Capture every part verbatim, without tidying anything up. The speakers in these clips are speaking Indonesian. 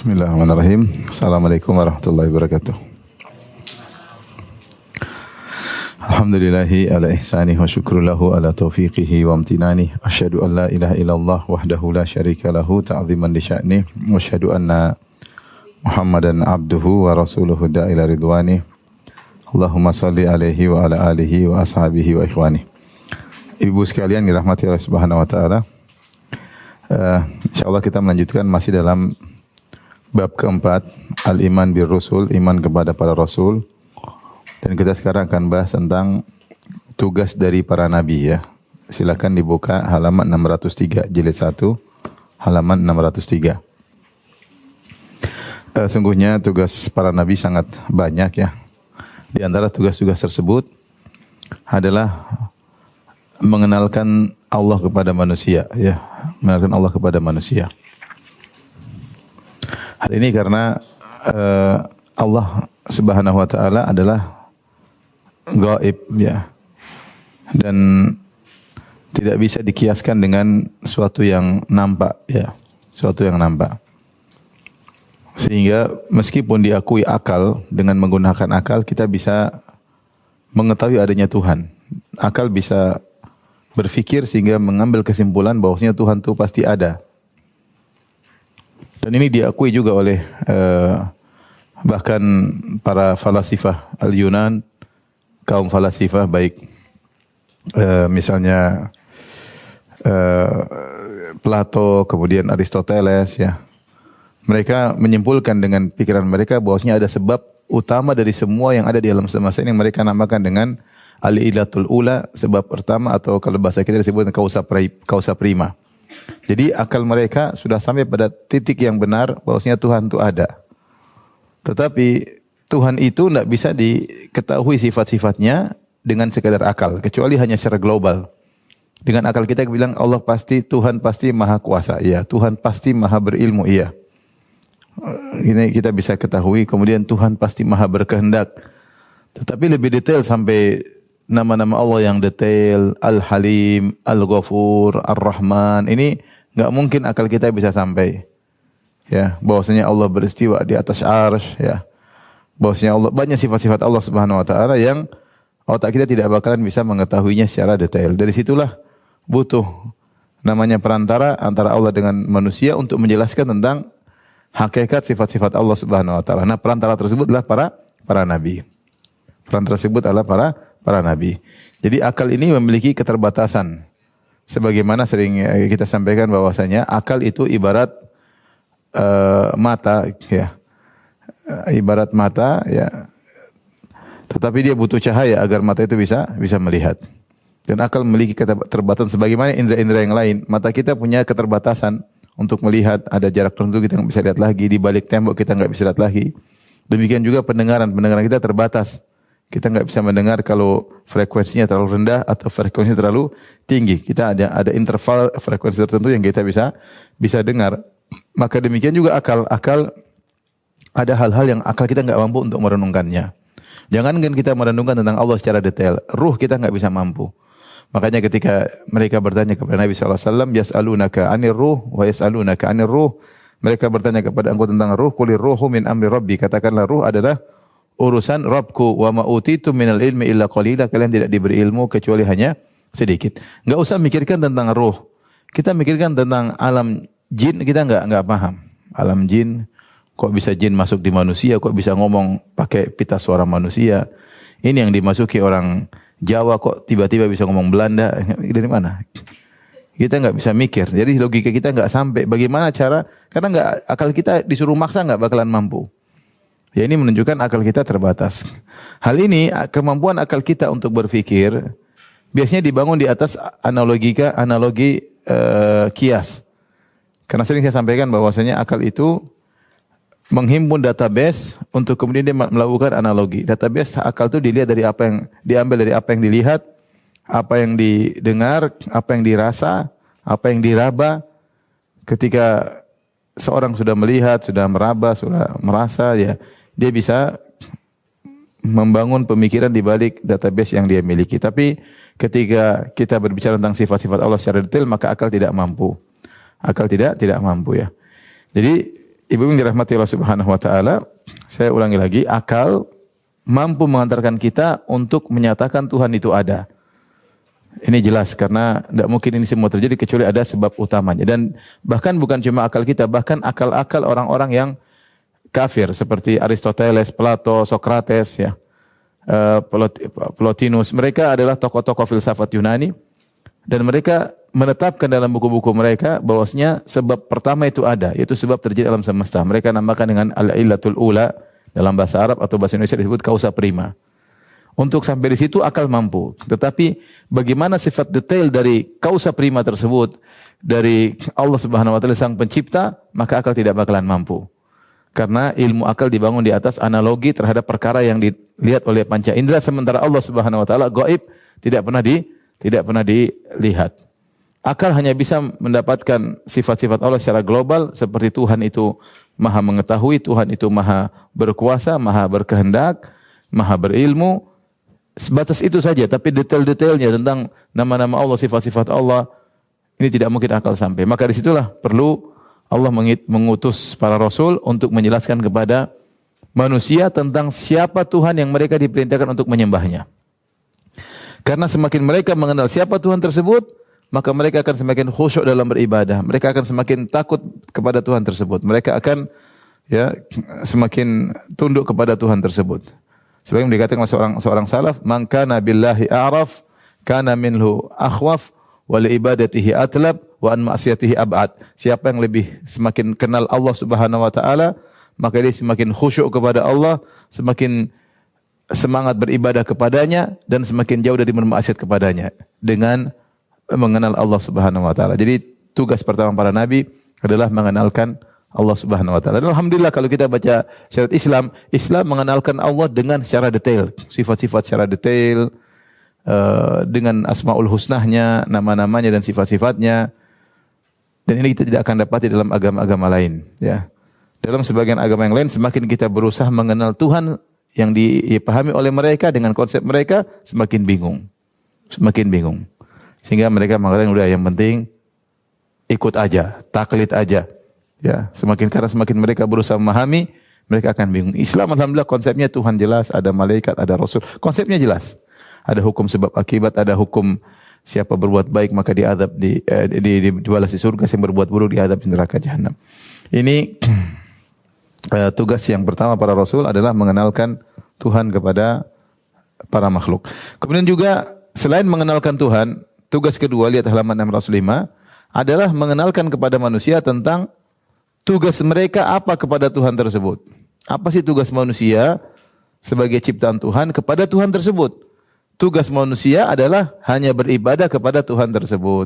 Bismillahirrahmanirrahim. Assalamualaikum warahmatullahi wabarakatuh. Alhamdulillahi ala ihsanih wa syukru lahu ala taufiqihi wa amtinani. Asyhadu an la ilaha illallah wahdahu la syarika lahu ta'ziman li sya'ni. Wa asyhadu anna Muhammadan abduhu wa rasuluhu da'ila ridwani. Allahumma salli alaihi wa ala alihi wa ashabihi wa ikhwani. Ibu sekalian dirahmati Allah Subhanahu wa taala. Uh, insyaallah kita melanjutkan masih dalam bab keempat, al-iman bir rusul, iman kepada para rasul. Dan kita sekarang akan bahas tentang tugas dari para nabi ya. Silakan dibuka halaman enam ratus tiga jilid satu, halaman enam ratus tiga. Uh, sungguhnya tugas para nabi sangat banyak ya. Di antara tugas-tugas tersebut adalah mengenalkan Allah kepada manusia ya, mengenalkan Allah kepada manusia. Hal ini karena uh, Allah Subhanahu wa taala adalah gaib ya. Dan tidak bisa dikiaskan dengan suatu yang nampak ya, suatu yang nampak. Sehingga meskipun diakui akal, dengan menggunakan akal kita bisa mengetahui adanya Tuhan. Akal bisa berfikir sehingga mengambil kesimpulan bahwasanya Tuhan itu pasti ada. Dan ini diakui juga oleh uh, bahkan para falasifah al-Yunan, kaum falasifah baik uh, misalnya uh, Plato, kemudian Aristoteles ya. Mereka menyimpulkan dengan pikiran mereka bahwasanya ada sebab utama dari semua yang ada di alam semesta ini yang mereka namakan dengan al-ilatul ula, sebab pertama, atau kalau bahasa kita disebut causa causa prima. Jadi akal mereka sudah sampai pada titik yang benar bahwasanya Tuhan itu ada. Tetapi Tuhan itu tidak bisa diketahui sifat-sifatnya dengan sekadar akal, kecuali hanya secara global. Dengan akal kita bilang Allah pasti, Tuhan pasti maha kuasa, iya. Tuhan pasti maha berilmu, iya. Ini kita bisa ketahui. Kemudian Tuhan pasti maha berkehendak. Tetapi lebih detail sampai nama-nama Allah yang detail, Al-Halim, Al-Ghafur, Ar-Rahman, ini enggak mungkin akal kita bisa sampai. Ya, bahwasanya Allah beristiwa di atas arsy ya. Bahwasanya Allah, banyak sifat-sifat Allah Subhanahu wa taala yang otak kita tidak bakalan bisa mengetahuinya secara detail. Dari situlah butuh namanya perantara antara Allah dengan manusia untuk menjelaskan tentang hakikat sifat-sifat Allah Subhanahu wa taala. Nah, perantara tersebut adalah para para nabi. Perantara tersebut adalah para para nabi. Jadi akal ini memiliki keterbatasan. Sebagaimana sering kita sampaikan bahwasanya akal itu ibarat uh, mata ya. Uh, ibarat mata ya. Tetapi dia butuh cahaya agar mata itu bisa bisa melihat. Dan akal memiliki keterbatasan sebagaimana indera-indera yang lain. Mata kita punya keterbatasan untuk melihat, ada jarak tertentu kita enggak bisa lihat lagi, di balik tembok kita enggak bisa lihat lagi. Demikian juga pendengaran, pendengaran kita terbatas. Kita enggak bisa mendengar kalau frekuensinya terlalu rendah atau frekuensinya terlalu tinggi. Kita ada ada interval frekuensi tertentu yang kita bisa bisa dengar. Maka demikian juga akal. Akal ada hal-hal yang akal kita enggak mampu untuk merenungkannya. Jangankan kita merenungkan tentang Allah secara detail, ruh kita enggak bisa mampu. Makanya ketika mereka bertanya kepada Nabi sallallahu alaihi wasallam, yas'alunaka 'anir ruh wa yas'alunaka 'anir ruh. Mereka bertanya kepada engkau tentang ruh, qulir ruhu min amri rabbi. Katakanlah ruh adalah urusan Rabbku, wa ma utitu minal ilmi illa qalila. Kalian tidak diberi ilmu kecuali hanya sedikit. Enggak usah mikirkan tentang ruh. Kita mikirkan tentang alam jin, kita enggak enggak paham. Alam jin, kok bisa jin masuk di manusia, kok bisa ngomong pakai pita suara manusia. Ini yang dimasuki orang Jawa, kok tiba-tiba bisa ngomong Belanda, dari mana? Kita enggak bisa mikir. Jadi logika kita enggak sampai. Bagaimana cara? Karena enggak, akal kita disuruh maksa enggak bakalan mampu. Ya, ini menunjukkan akal kita terbatas. Hal ini, kemampuan akal kita untuk berpikir biasanya dibangun di atas analogika, analogi uh, kias. Karena sering saya sampaikan bahwasanya akal itu menghimpun database untuk kemudian dia melakukan analogi. Database akal itu dilihat dari apa yang diambil dari apa yang dilihat, apa yang didengar, apa yang dirasa, apa yang diraba. Ketika seorang sudah melihat, sudah meraba, sudah merasa, ya dia bisa membangun pemikiran di balik database yang dia miliki. Tapi ketika kita berbicara tentang sifat-sifat Allah secara detail, maka akal tidak mampu. Akal tidak tidak mampu ya. Jadi Ibu yang dirahmati Allah Subhanahu wa taala, saya ulangi lagi, akal mampu mengantarkan kita untuk menyatakan Tuhan itu ada. Ini jelas karena tidak mungkin ini semua terjadi kecuali ada sebab utamanya. Dan bahkan bukan cuma akal kita, bahkan akal-akal orang-orang yang kafir seperti Aristoteles, Plato, Socrates, ya, uh, Plotinus. Mereka adalah tokoh-tokoh filsafat Yunani dan mereka menetapkan dalam buku-buku mereka bahwasanya sebab pertama itu ada, yaitu sebab terjadi alam semesta. Mereka namakan dengan al-illatul ula dalam bahasa Arab atau bahasa Indonesia disebut causa prima. Untuk sampai di situ akal mampu. Tetapi bagaimana sifat detail dari causa prima tersebut dari Allah Subhanahu wa taala sang pencipta, maka akal tidak bakalan mampu. Karena ilmu akal dibangun di atas analogi terhadap perkara yang dilihat oleh panca indera, sementara Allah Subhanahu wa taala gaib, tidak pernah di tidak pernah dilihat. Akal hanya bisa mendapatkan sifat-sifat Allah secara global seperti Tuhan itu Maha mengetahui, Tuhan itu Maha berkuasa, Maha berkehendak, Maha berilmu. Sebatas itu saja, tapi detail-detailnya tentang nama-nama Allah, sifat-sifat Allah, ini tidak mungkin akal sampai. Maka disitulah perlu Allah mengutus para rasul untuk menjelaskan kepada manusia tentang siapa Tuhan yang mereka diperintahkan untuk menyembahnya. Karena semakin mereka mengenal siapa Tuhan tersebut, maka mereka akan semakin khusyuk dalam beribadah. Mereka akan semakin takut kepada Tuhan tersebut. Mereka akan ya semakin tunduk kepada Tuhan tersebut. Sebagaimana dikatakan oleh seorang seorang salaf, "Man kana billahi a'raf, kana minhu akhwaf, wa li ibadatihi atlab, wa an ma'siyatihi ab'ad." Siapa yang lebih semakin kenal Allah Subhanahu wa taala, maka dia semakin khusyuk kepada Allah, semakin semangat beribadah kepadanya dan semakin jauh dari bermaksiat kepadanya dengan mengenal Allah Subhanahu wa taala. Jadi tugas pertama para nabi adalah mengenalkan Allah Subhanahu wa taala. Dan alhamdulillah kalau kita baca syariat Islam, Islam mengenalkan Allah dengan secara detail, sifat-sifat secara detail, uh, dengan asmaul husnahnya, nama-namanya dan sifat-sifatnya. Dan ini kita tidak akan dapati dalam agama-agama lain, ya. Dalam sebagian agama yang lain semakin kita berusaha mengenal Tuhan yang dipahami oleh mereka dengan konsep mereka, semakin bingung. Semakin bingung. Sehingga mereka mengatakan udah yang penting ikut aja, taklid aja. Ya, semakin karena semakin mereka berusaha memahami, mereka akan bingung. Islam alhamdulillah konsepnya Tuhan jelas, ada malaikat, ada rasul. Konsepnya jelas. Ada hukum sebab akibat, ada hukum siapa berbuat baik maka diadab di eh, di, di, dibalas di surga, siapa berbuat buruk diadab di neraka jahanam. Ini eh, tugas yang pertama para rasul adalah mengenalkan Tuhan kepada para makhluk. Kemudian juga selain mengenalkan Tuhan, tugas kedua lihat halaman enam ratus lima adalah mengenalkan kepada manusia tentang tugas mereka apa kepada Tuhan tersebut. Apa sih tugas manusia sebagai ciptaan Tuhan kepada Tuhan tersebut? Tugas manusia adalah hanya beribadah kepada Tuhan tersebut.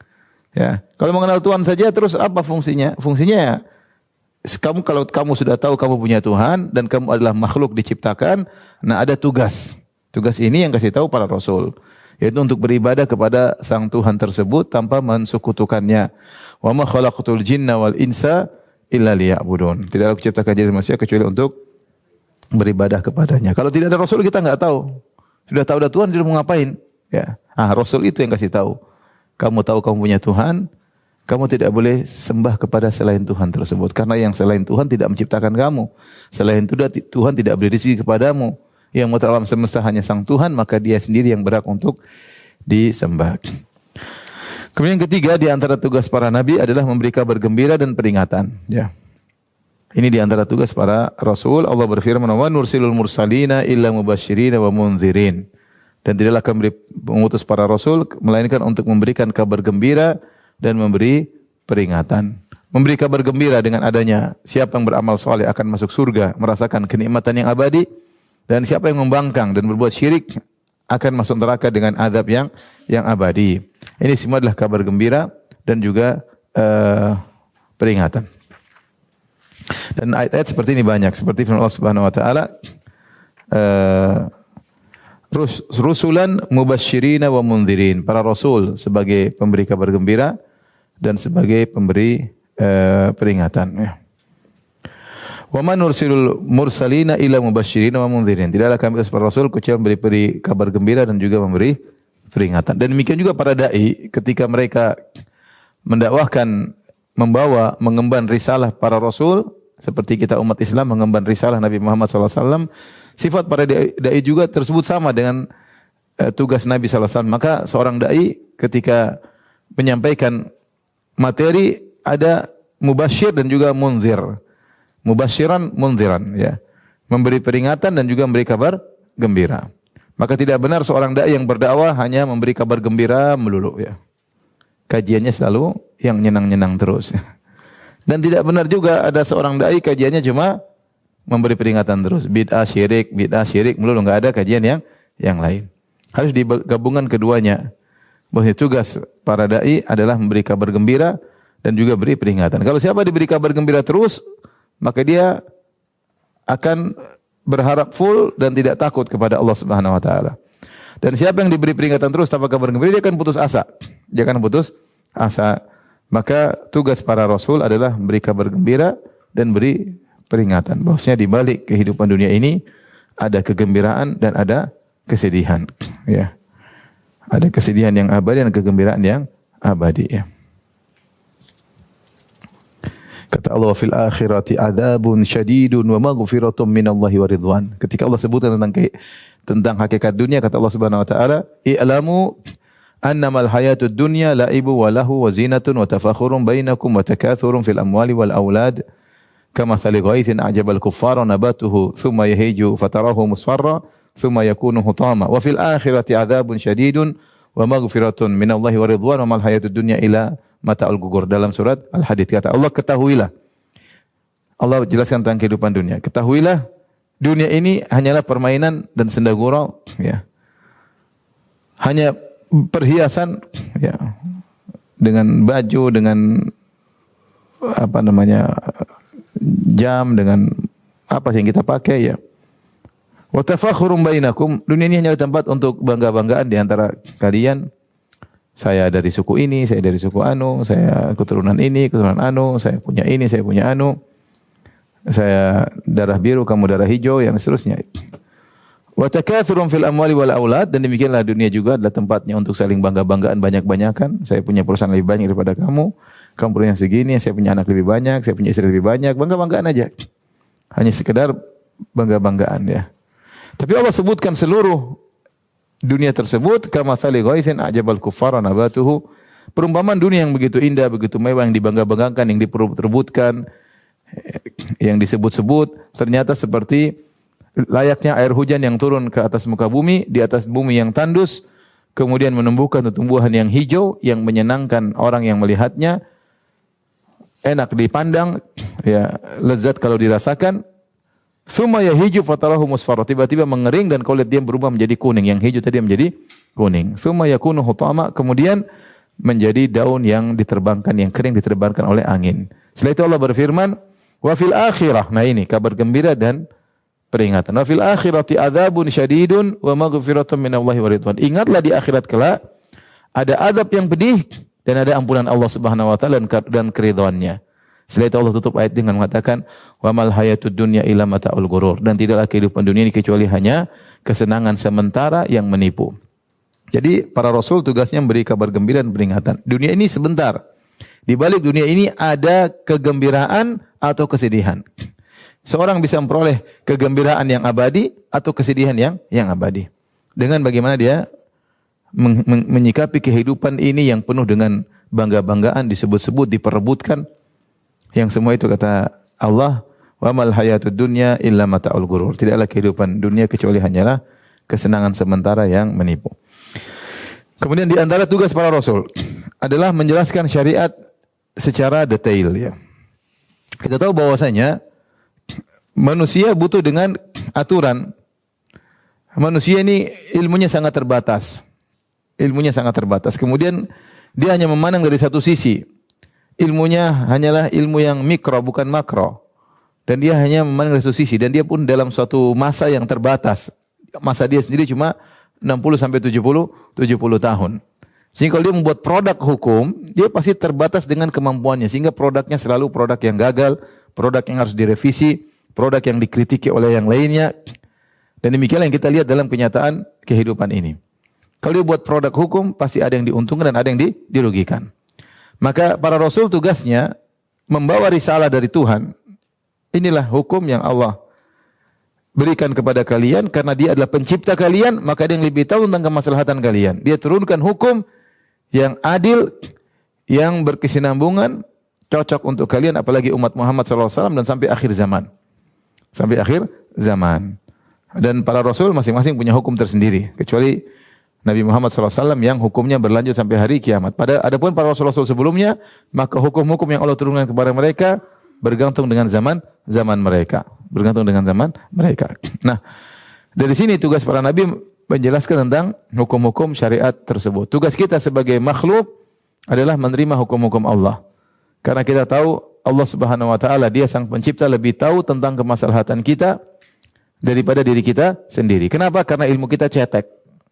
Ya, kalau mengenal Tuhan saja terus apa fungsinya? Fungsinya ya, kamu kalau kamu sudah tahu kamu punya Tuhan dan kamu adalah makhluk diciptakan, nah ada tugas. Tugas ini yang kasih tahu para rasul, yaitu untuk beribadah kepada sang Tuhan tersebut tanpa mensekutukannya. Wa ma khalaqatul jinna wal insa illa liya'budun. Tidaklah aku ciptakan jadi manusia kecuali untuk beribadah kepadanya. Kalau tidak ada rasul kita enggak tahu. Sudah tahu ada Tuhan dia mau ngapain? Ya. Ah, rasul itu yang kasih tahu. Kamu tahu kamu punya Tuhan, kamu tidak boleh sembah kepada selain Tuhan tersebut karena yang selain Tuhan tidak menciptakan kamu. Selain itu Tuhan tidak beri rezeki kepadamu. Yang mengatur alam semesta hanya sang Tuhan, maka dia sendiri yang berhak untuk disembah. Kemudian yang ketiga di antara tugas para nabi adalah memberi kabar gembira dan peringatan. Ya. Ini di antara tugas para rasul. Allah berfirman, "Wa nursilul mursalina illa mubasysyirin wa mundzirin." Dan tidaklah kami mengutus para rasul melainkan untuk memberikan kabar gembira dan memberi peringatan. Memberi kabar gembira dengan adanya siapa yang beramal saleh akan masuk surga, merasakan kenikmatan yang abadi, dan siapa yang membangkang dan berbuat syirik akan masuk neraka dengan azab yang yang abadi. Ini semua adalah kabar gembira dan juga uh, peringatan. Dan ayat-ayat seperti ini banyak, seperti firman Allah Subhanahu wa taala, uh, rusulan mubasysyirina wa mundzirin, para rasul sebagai pemberi kabar gembira dan sebagai pemberi uh, peringatan, ya. Wa man nursilul mursalina illa mubasysyirina wa mundzirin. Tidaklah kami utus para rasul kecuali memberi kabar gembira dan juga memberi peringatan. Dan demikian juga para dai ketika mereka mendakwahkan, membawa, mengemban risalah para rasul, Seperti kita umat Islam mengemban risalah Nabi Muhammad shallallahu alaihi wasallam, sifat para dai, dai juga tersebut sama dengan uh, tugas Nabi shallallahu alaihi wasallam. Maka seorang dai ketika menyampaikan materi ada mubasyir dan juga munzir. Mubasyiran munziran, ya. Memberi peringatan dan juga memberi kabar gembira. Maka tidak benar seorang dai yang berdakwah hanya memberi kabar gembira melulu, ya. Kajiannya selalu yang nyenang-nyenang terus. Dan tidak benar juga ada seorang dai kajiannya cuma memberi peringatan terus. Bid'ah syirik, bid'ah syirik melulu, enggak ada kajian yang yang lain. Harus digabungkan keduanya. Bahwa tugas para dai adalah memberi kabar gembira dan juga beri peringatan. Kalau siapa diberi kabar gembira terus, maka dia akan berharap full dan tidak takut kepada Allah Subhanahu wa taala. Dan siapa yang diberi peringatan terus tanpa kabar gembira, dia akan putus asa. Dia akan putus asa. Maka tugas para rasul adalah memberi kabar gembira dan beri peringatan. Bahwasanya di balik kehidupan dunia ini ada kegembiraan dan ada kesedihan, ya. Ada kesedihan yang abadi dan kegembiraan yang abadi, ya. Kata Allah, fil akhirati adzabun syadidun wa maghfiratun minallahi wa ridwan. Ketika Allah sebutkan tentang tentang hakikat dunia, kata Allah Subhanahu wa taala, i'lamu annamal hayatud dunya la'ibu wa lahu wa zinatun wa tafakhurun bainakum wa takathurun fil amwali wal aulad kamathali ghaithin a'jabal kuffara nabatuhu thumma yahiju fatarahu musfarra thumma yakunu hutama wa fil akhirati adzabun syadidun wa maghfiratun minallahi wa ridwan wa mal hayatud dunya ila mata'ul gugur. Dalam surat Al-Hadid kata Allah, ketahuilah. Allah jelaskan tentang kehidupan dunia. Ketahuilah dunia ini hanyalah permainan dan senda gurau, ya. Hanya perhiasan, ya. Dengan baju, dengan apa namanya jam, dengan apa yang kita pakai, ya. Wa tafakhurum bainakum. Dunia ini hanyalah tempat untuk bangga-banggaan di antara kalian. Saya dari suku ini, saya dari suku anu, saya keturunan ini, keturunan anu, saya punya ini, saya punya anu. Saya darah biru, kamu darah hijau, yang seterusnya. Wa takatsurun fil amwali wal aulad, dan demikianlah dunia juga adalah tempatnya untuk saling bangga-banggaan banyak-banyakan. Saya punya perusahaan lebih banyak daripada kamu, kamu punya segini, saya punya anak lebih banyak, saya punya istri lebih banyak, bangga-banggaan aja. Hanya sekedar bangga-banggaan, ya. Tapi Allah sebutkan seluruh dunia tersebut kamathali ghaithin a'jabal kuffara nabatuhu. Perumpamaan dunia yang begitu indah, begitu mewah, yang dibangga-banggakan, yang diperebut-rebutkan, yang disebut-sebut, ternyata seperti layaknya air hujan yang turun ke atas muka bumi, di atas bumi yang tandus, kemudian menumbuhkan tumbuhan yang hijau, yang menyenangkan orang yang melihatnya, enak dipandang, ya, lezat kalau dirasakan. Tsumma yahiju fatarahu musfarra, tiba-tiba mengering dan kau lihat dia berubah menjadi kuning, yang hijau tadi menjadi kuning. Tsumma yakunu hutama, kemudian menjadi daun yang diterbangkan, yang kering diterbangkan oleh angin. Setelah itu Allah berfirman, wa fil akhirah. Nah ini kabar gembira dan peringatan. Wa fil akhirati adzabun syadidun wa maghfiratun minallahi wa ridwan. Ingatlah di akhirat kelak ada azab yang pedih dan ada ampunan Allah Subhanahu wa taala dan keridhaannya. Setelah itu Allah tutup ayat dengan mengatakan, wa mal hayatud dunya illa mata'ul ghurur, dan tidaklah kehidupan dunia ini kecuali hanya kesenangan sementara yang menipu. Jadi para rasul tugasnya memberi kabar gembira dan peringatan. Dunia ini sebentar. Di balik dunia ini ada kegembiraan atau kesedihan. Seorang bisa memperoleh kegembiraan yang abadi atau kesedihan yang yang abadi. Dengan bagaimana dia men- men- menyikapi kehidupan ini yang penuh dengan bangga-banggaan, disebut-sebut, diperebutkan. Yang semua itu kata Allah, wa mal hayatud dunya illa mata'ul ghurur. Tidaklah kehidupan dunia kecuali hanyalah kesenangan sementara yang menipu. Kemudian di antara tugas para rasul adalah menjelaskan syariat secara detail, ya. Kita tahu bahwasanya manusia butuh dengan aturan. Manusia ini ilmunya sangat terbatas. Ilmunya sangat terbatas. Kemudian dia hanya memandang dari satu sisi. Ilmunya hanyalah ilmu yang mikro, bukan makro. Dan dia hanya memandang dari satu sisi. Dan dia pun dalam suatu masa yang terbatas. Masa dia sendiri cuma enam puluh sampai tujuh puluh, tujuh puluh tahun. Sehingga kalau dia membuat produk hukum, dia pasti terbatas dengan kemampuannya. Sehingga produknya selalu produk yang gagal, produk yang harus direvisi, produk yang dikritiki oleh yang lainnya. Dan demikianlah yang kita lihat dalam kenyataan kehidupan ini. Kalau dia buat produk hukum, pasti ada yang diuntungkan dan ada yang di, dirugikan. Maka para rasul tugasnya membawa risalah dari Tuhan inilah hukum yang Allah berikan kepada kalian karena dia adalah pencipta kalian, maka dia yang lebih tahu tentang kemaslahatan kalian. Dia turunkan hukum yang adil, yang berkesinambungan, cocok untuk kalian, apalagi umat Muhammad sallallahu alaihi wasallam dan sampai akhir zaman. Sampai akhir zaman. Dan para rasul masing-masing punya hukum tersendiri, kecuali Nabi Muhammad sallallahu alaihi wasallam yang hukumnya berlanjut sampai hari kiamat. Pada adapun para rasul-rasul sebelumnya, maka hukum-hukum yang Allah turunkan kepada mereka bergantung dengan zaman zaman mereka, bergantung dengan zaman mereka. Nah, dari sini tugas para nabi menjelaskan tentang hukum-hukum syariat tersebut. Tugas kita sebagai makhluk adalah menerima hukum-hukum Allah. Karena kita tahu Allah Subhanahu wa taala, Dia Sang Pencipta, lebih tahu tentang kemaslahatan kita daripada diri kita sendiri. Kenapa? Karena ilmu kita cetek.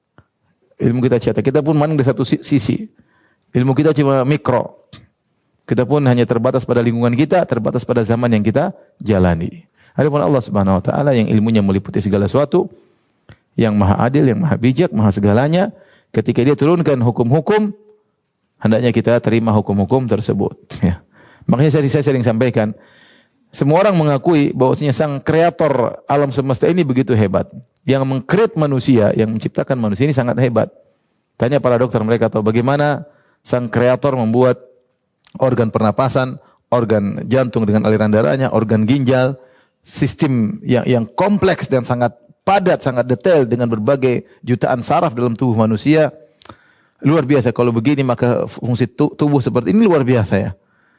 Ilmu kita cetek. Kita pun mandang di satu sisi. Ilmu kita cuma mikro. Kita pun hanya terbatas pada lingkungan kita, terbatas pada zaman yang kita jalani. Adapun Allah Subhanahu wa taala yang ilmunya meliputi segala sesuatu, yang maha adil, yang maha bijak, maha segalanya, ketika Dia turunkan hukum-hukum, hendaknya kita terima hukum-hukum tersebut. Ya. Makanya saya, saya sering sampaikan, semua orang mengakui bahwasanya Sang Kreator alam semesta ini begitu hebat. Yang mengkreat manusia, yang menciptakan manusia ini sangat hebat. Tanya para dokter, mereka tahu bagaimana Sang Kreator membuat organ pernapasan, organ jantung dengan aliran darahnya, organ ginjal, sistem yang yang kompleks dan sangat padat, sangat detail dengan berbagai jutaan saraf dalam tubuh manusia. Luar biasa. Kalau begini maka fungsi tubuh seperti ini luar biasa ya.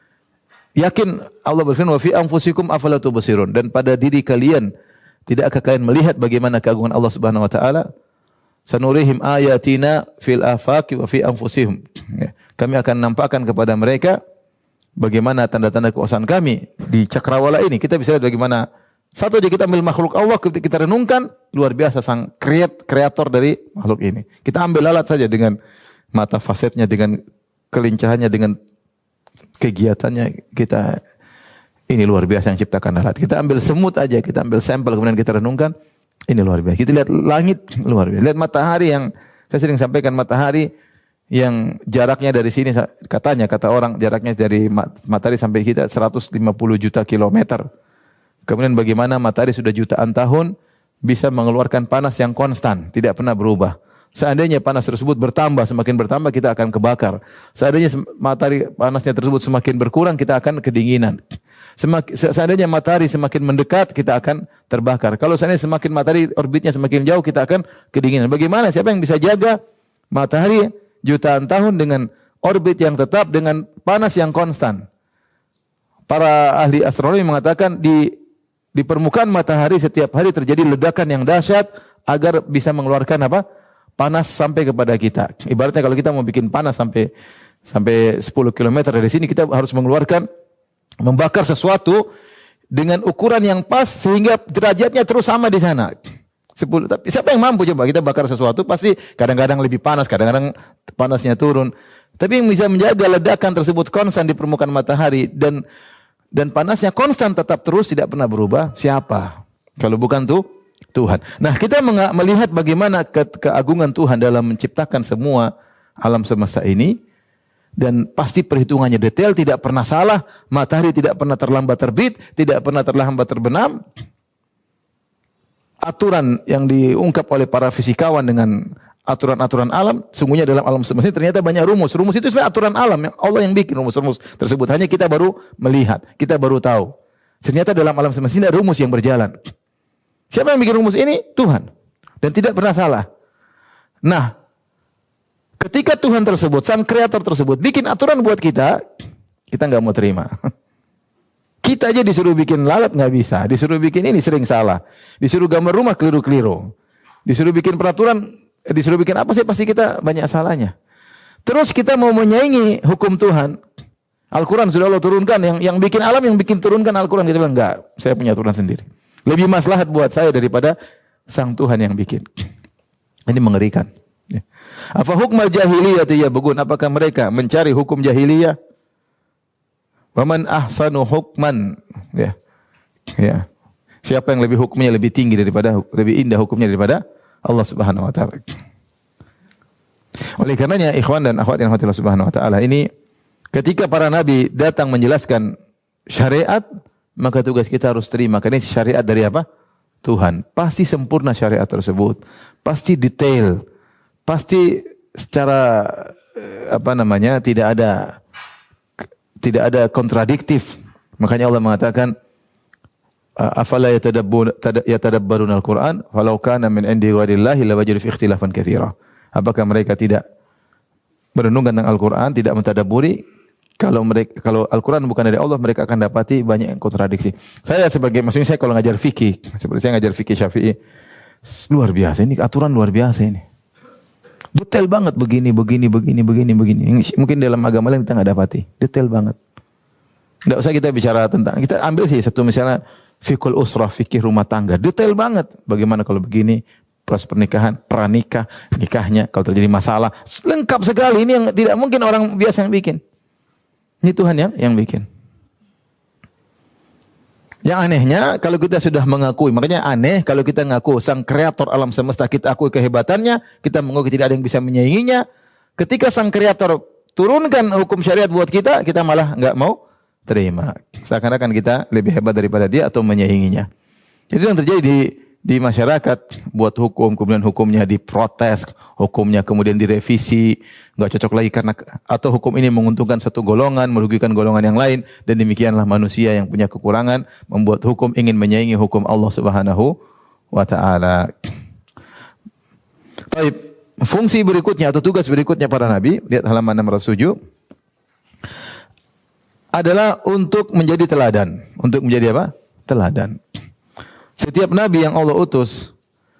Yakin Allah berfirman, wa fi anfusikum afala tubsirun, dan pada diri kalian tidakkah kalian melihat bagaimana keagungan Allah Subhanahu wa taala? Sanurihim ayatina fil afaqi wa fi anfusihim. Ya. Kami akan nampakkan kepada mereka bagaimana tanda-tanda kekuasaan kami di cakrawala ini. Kita bisa lihat bagaimana satu aja kita ambil makhluk Allah, kita renungkan, luar biasa Sang kreat, kreator dari makhluk ini. Kita ambil lalat saja dengan mata fasetnya, dengan kelincahannya, dengan kegiatannya, kita ini luar biasa yang ciptakan lalat. Kita ambil semut aja, kita ambil sampel kemudian kita renungkan, ini luar biasa. Kita lihat langit, luar biasa. Lihat matahari yang saya sering sampaikan, matahari yang jaraknya dari sini, katanya kata orang jaraknya dari matahari sampai kita seratus lima puluh juta kilometer. Kemudian bagaimana matahari sudah jutaan tahun bisa mengeluarkan panas yang konstan, tidak pernah berubah. Seandainya panas tersebut bertambah, semakin bertambah kita akan kebakar. Seandainya matahari panasnya tersebut semakin berkurang, kita akan kedinginan. Semak, seandainya matahari semakin mendekat, kita akan terbakar. Kalau seandainya semakin matahari orbitnya semakin jauh, kita akan kedinginan. Bagaimana? Siapa yang bisa jaga matahari jutaan tahun dengan orbit yang tetap, dengan panas yang konstan? Para ahli astronomi mengatakan di di permukaan matahari setiap hari terjadi ledakan yang dahsyat agar bisa mengeluarkan apa? Panas sampai kepada kita. Ibaratnya kalau kita mau bikin panas sampai sampai sepuluh kilometer dari sini, kita harus mengeluarkan, membakar sesuatu dengan ukuran yang pas sehingga derajatnya terus sama di sana. sepuluh, tapi siapa yang mampu coba kita bakar sesuatu, pasti kadang-kadang lebih panas, kadang-kadang panasnya turun. Tapi yang bisa menjaga ledakan tersebut konstan di permukaan matahari dan dan panasnya konstan tetap terus tidak pernah berubah, siapa? Kalau bukan tuh Tuhan. Nah, kita melihat bagaimana ke keagungan Tuhan dalam menciptakan semua alam semesta ini, dan pasti perhitungannya detail, tidak pernah salah. Matahari tidak pernah terlambat terbit, tidak pernah terlambat terbenam. Aturan yang diungkap oleh para fisikawan dengan aturan-aturan alam, sungguhnya dalam alam semesta ini ternyata banyak rumus. Rumus itu sebenarnya aturan alam, yang Allah yang bikin rumus-rumus tersebut. Hanya kita baru melihat, kita baru tahu. Ternyata dalam alam semesta ini ada rumus yang berjalan. Siapa yang bikin rumus ini? Tuhan. Dan tidak pernah salah. Nah, ketika Tuhan tersebut, Sang Kreator tersebut, bikin aturan buat kita, kita nggak mau terima. Kita aja disuruh bikin lalat nggak bisa. Disuruh bikin ini sering salah. Disuruh gambar rumah keliru-keliru. Disuruh bikin peraturan, disuruh bikin apa sih, pasti kita banyak salahnya. Terus kita mau menyaingi hukum Tuhan. Al-Quran sudah Allah turunkan. Yang yang bikin alam, yang bikin turunkan Al-Quran. Kita bilang, enggak, saya punya aturan sendiri. Lebih maslahat buat saya daripada Sang Tuhan yang bikin. Ini mengerikan. Apa hukmal jahiliyah yabghun? Apakah mereka mencari hukum jahiliyah? Wa man ahsanu hukman? Ya. Ya. Siapa yang lebih hukumnya lebih tinggi daripada, lebih indah hukumnya daripada Allah Subhanahu wa taala. Oleh karenanya ikhwan dan akhwat yang dirahmati Allah Subhanahu wa taala, ini ketika para nabi datang menjelaskan syariat, maka tugas kita harus terima. Karena ini syariat dari apa? Tuhan. Pasti sempurna syariat tersebut. Pasti detail. Pasti secara apa namanya tidak ada tidak ada kontradiktif. Makanya Allah mengatakan afala yatadabbaruna al-Qur'an falau kana min indi ghairillahi lawajadu fi ikhtilafan katsira. Apakah mereka tidak merenungkan tentang Al-Qur'an, tidak mentadabburi? Kalau mereka kalau Al-Qur'an bukan dari Allah, mereka akan dapati banyak yang kontradiksi. Saya sebagai maksudnya saya kalau ngajar fikih, seperti saya ngajar fikih Syafi'i, luar biasa ini aturan luar biasa ini. Detail banget begini, begini, begini, begini, begini. Mungkin dalam agama lain kita nggak dapati. Detail banget. Nggak usah kita bicara tentang, kita ambil sih satu misalnya fikul usrah, fikih rumah tangga. Detail banget. Bagaimana kalau begini, proses pernikahan, pranikah, nikahnya, kalau terjadi masalah. Lengkap sekali. Ini yang tidak mungkin orang biasa yang bikin. Ini Tuhan yang, yang bikin. Yang anehnya kalau kita sudah mengakui, makanya aneh kalau kita ngaku sang kreator alam semesta, kita akui kehebatannya, kita mengakui tidak ada yang bisa menyainginya. Ketika sang kreator turunkan hukum syariat buat kita, kita malah nggak mau terima. Seakan-akan kita lebih hebat daripada dia atau menyainginya. Jadi yang terjadi di di masyarakat, buat hukum, kemudian hukumnya diprotes, hukumnya kemudian direvisi, nggak cocok lagi karena atau hukum ini menguntungkan satu golongan, merugikan golongan yang lain, dan demikianlah manusia yang punya kekurangan membuat hukum ingin menyaingi hukum Allah Subhanahu wa taala. Baik, fungsi berikutnya atau tugas berikutnya para nabi, lihat halaman enam ratus tujuh, adalah untuk menjadi teladan, untuk menjadi apa? Teladan. Setiap nabi yang Allah utus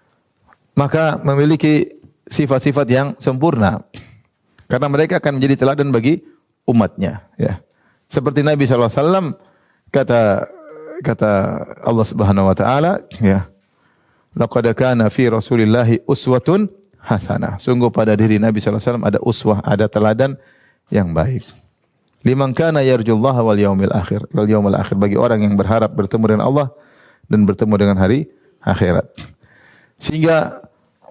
maka memiliki sifat-sifat yang sempurna karena mereka akan menjadi teladan bagi umatnya, ya. Seperti Nabi sallallahu alaihi wasallam, kata kata Allah Subhanahu wa taala, ya. Laqad kana fi Rasulillahi uswatun hasanah. Sungguh pada diri Nabi sallallahu alaihi wasallam ada uswah, ada teladan yang baik. Liman kana yarjullaha wal yaumil akhir. Wal yaumil akhir, bagi orang yang berharap bertemu dengan Allah dan bertemu dengan hari akhirat. Sehingga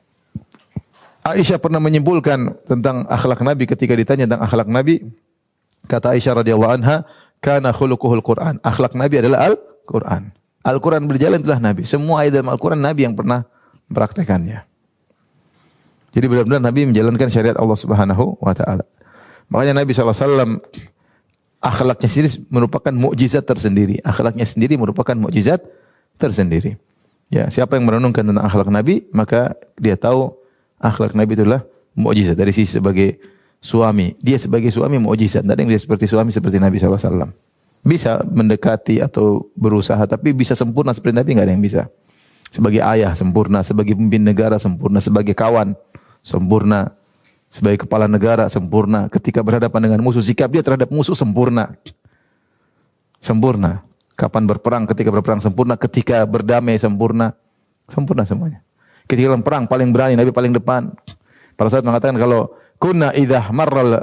Aisyah pernah menyimpulkan tentang akhlak Nabi ketika ditanya tentang akhlak Nabi. Kata Aisyah radhiyallahu anha, kana khuluquhul Qur'an. Akhlak Nabi adalah Al-Qur'an. Al-Qur'an berjalan itulah Nabi. Semua ayat dalam Al-Qur'an Nabi yang pernah mempraktekannya. Jadi benar-benar Nabi menjalankan syariat Allah Subhanahu wa taala. Makanya Nabi sallallahu alaihi wasallam akhlaknya sendiri merupakan mukjizat tersendiri. Akhlaknya sendiri merupakan mukjizat tersendiri. Ya, siapa yang merenungkan tentang akhlak Nabi, maka dia tahu akhlak Nabi itulah mukjizat dari sisi sebagai suami. Dia sebagai suami mukjizat. Tidak ada yang bisa seperti suami seperti Nabi sallallahu alaihi wasallam. Bisa mendekati atau berusaha, tapi bisa sempurna seperti Nabi enggak ada yang bisa. Sebagai ayah sempurna, sebagai pemimpin negara sempurna, sebagai kawan sempurna, sebagai kepala negara sempurna. Ketika berhadapan dengan musuh, sikap dia terhadap musuh sempurna. Sempurna. Kapan berperang, ketika berperang sempurna, ketika berdamai sempurna, sempurna semuanya. Ketika dalam perang paling berani, Nabi paling depan. Para sahabat mengatakan kalau kunna idza marral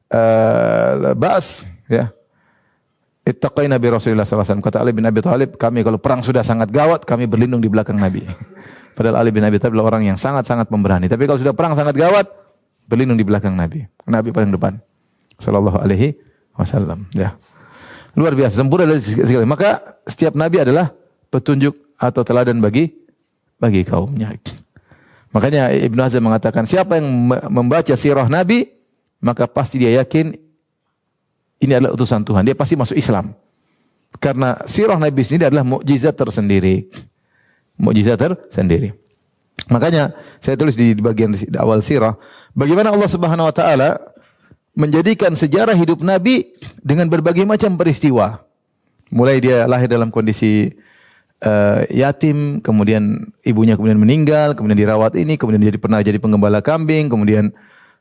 uh, ba's, ya, ittaqaina bi Rasulillah sallallahu alaihi wasallam. Kata Ali bin Abi Thalib, kami kalau perang sudah sangat gawat, kami berlindung di belakang Nabi. Padahal Ali bin Abi Thalib adalah orang yang sangat-sangat pemberani. Tapi kalau sudah perang sangat gawat, berlindung di belakang Nabi. Nabi paling depan. Sallallahu alaihi wasallam, ya. Luar biasa, sempurna dari segala. Maka setiap nabi adalah petunjuk atau teladan bagi bagi kaumnya. Makanya Ibnu Hazm mengatakan, siapa yang membaca sirah Nabi, maka pasti dia yakin ini adalah utusan Tuhan. Dia pasti masuk Islam. Karena sirah Nabi sendiri adalah mukjizat tersendiri. Mukjizat tersendiri. Makanya saya tulis di bagian di awal sirah, bagaimana Allah Subhanahu wa taala menjadikan sejarah hidup Nabi dengan berbagai macam peristiwa. Mulai dia lahir dalam kondisi uh, yatim, kemudian ibunya kemudian meninggal, kemudian dirawat ini, kemudian jadi pernah jadi penggembala kambing, kemudian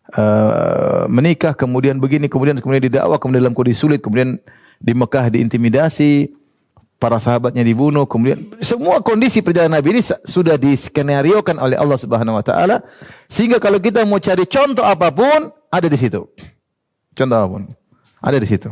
uh, menikah, kemudian begini, kemudian kemudian didakwa, kemudian dalam kondisi sulit, kemudian di Mekah diintimidasi, para sahabatnya dibunuh, kemudian semua kondisi perjalanan Nabi ini sudah diskenariokan oleh Allah Subhanahu wa taala, sehingga kalau kita mau cari contoh apapun ada di situ. Contoh apapun ada di situ.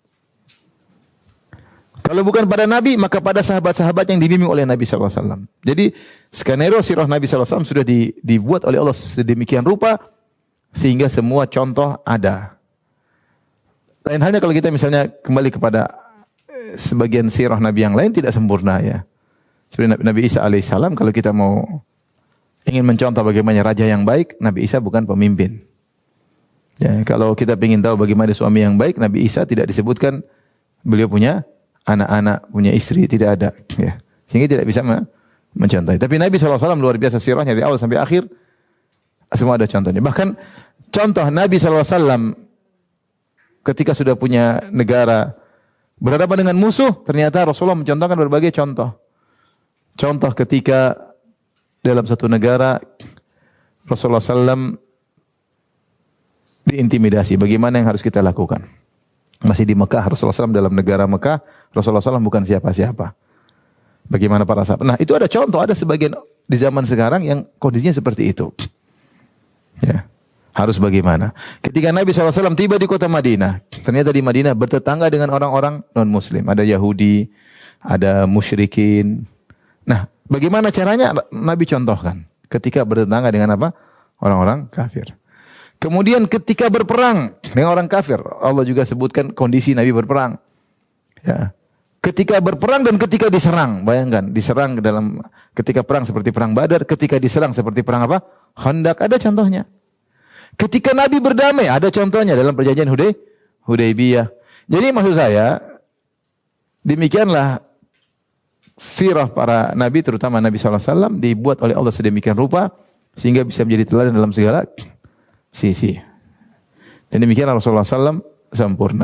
Kalau bukan pada Nabi, maka pada sahabat-sahabat yang dibimbing oleh Nabi sallallahu alaihi wasallam. Jadi skenario sirah Nabi sallallahu alaihi wasallam sudah di, dibuat oleh Allah sedemikian rupa sehingga semua contoh ada. Lain halnya kalau kita misalnya kembali kepada sebagian sirah Nabi yang lain tidak sempurna ya. Seperti Nabi, Nabi Isa alaihissalam, kalau kita mau ingin mencontoh bagaimana raja yang baik, Nabi Isa bukan pemimpin. Ya, kalau kita ingin tahu bagaimana suami yang baik, Nabi Isa tidak disebutkan beliau punya anak-anak, punya istri, tidak ada. Ya. Sehingga tidak bisa mencontohi. Tapi Nabi shallallahu alaihi wasallam luar biasa sirahnya dari awal sampai akhir, semua ada contohnya. Bahkan contoh Nabi shallallahu alaihi wasallam ketika sudah punya negara berhadapan dengan musuh, ternyata Rasulullah mencontohkan berbagai contoh. Contoh ketika dalam satu negara Rasulullah shallallahu alaihi wasallam diintimidasi, bagaimana yang harus kita lakukan? Masih di Mekah, Rasulullah shallallahu alaihi wasallam dalam negara Mekah, Rasulullah shallallahu alaihi wasallam bukan siapa-siapa. Bagaimana para sahabat? Nah, itu ada contoh, ada sebagian di zaman sekarang yang kondisinya seperti itu. Ya. Harus bagaimana? Ketika Nabi shallallahu alaihi wasallam tiba di kota Madinah, ternyata di Madinah bertetangga dengan orang-orang non-Muslim. Ada Yahudi, ada musyrikin. Nah, bagaimana caranya? Nabi contohkan. Ketika bertetangga dengan apa? Orang-orang kafir. Kemudian ketika berperang dengan orang kafir, Allah juga sebutkan kondisi Nabi berperang. Ya. Ketika berperang dan ketika diserang, bayangkan, diserang dalam ketika perang seperti perang Badar, ketika diserang seperti perang apa? Khandaq, ada contohnya. Ketika Nabi berdamai, ada contohnya dalam perjanjian Huday, Hudaybiyah. Jadi maksud saya, demikianlah sirah para Nabi, terutama Nabi shallallahu alaihi wasallam, dibuat oleh Allah sedemikian rupa, sehingga bisa menjadi teladan dalam segala sisi. Dan demikian Rasulullah shallallahu alaihi wasallam sempurna.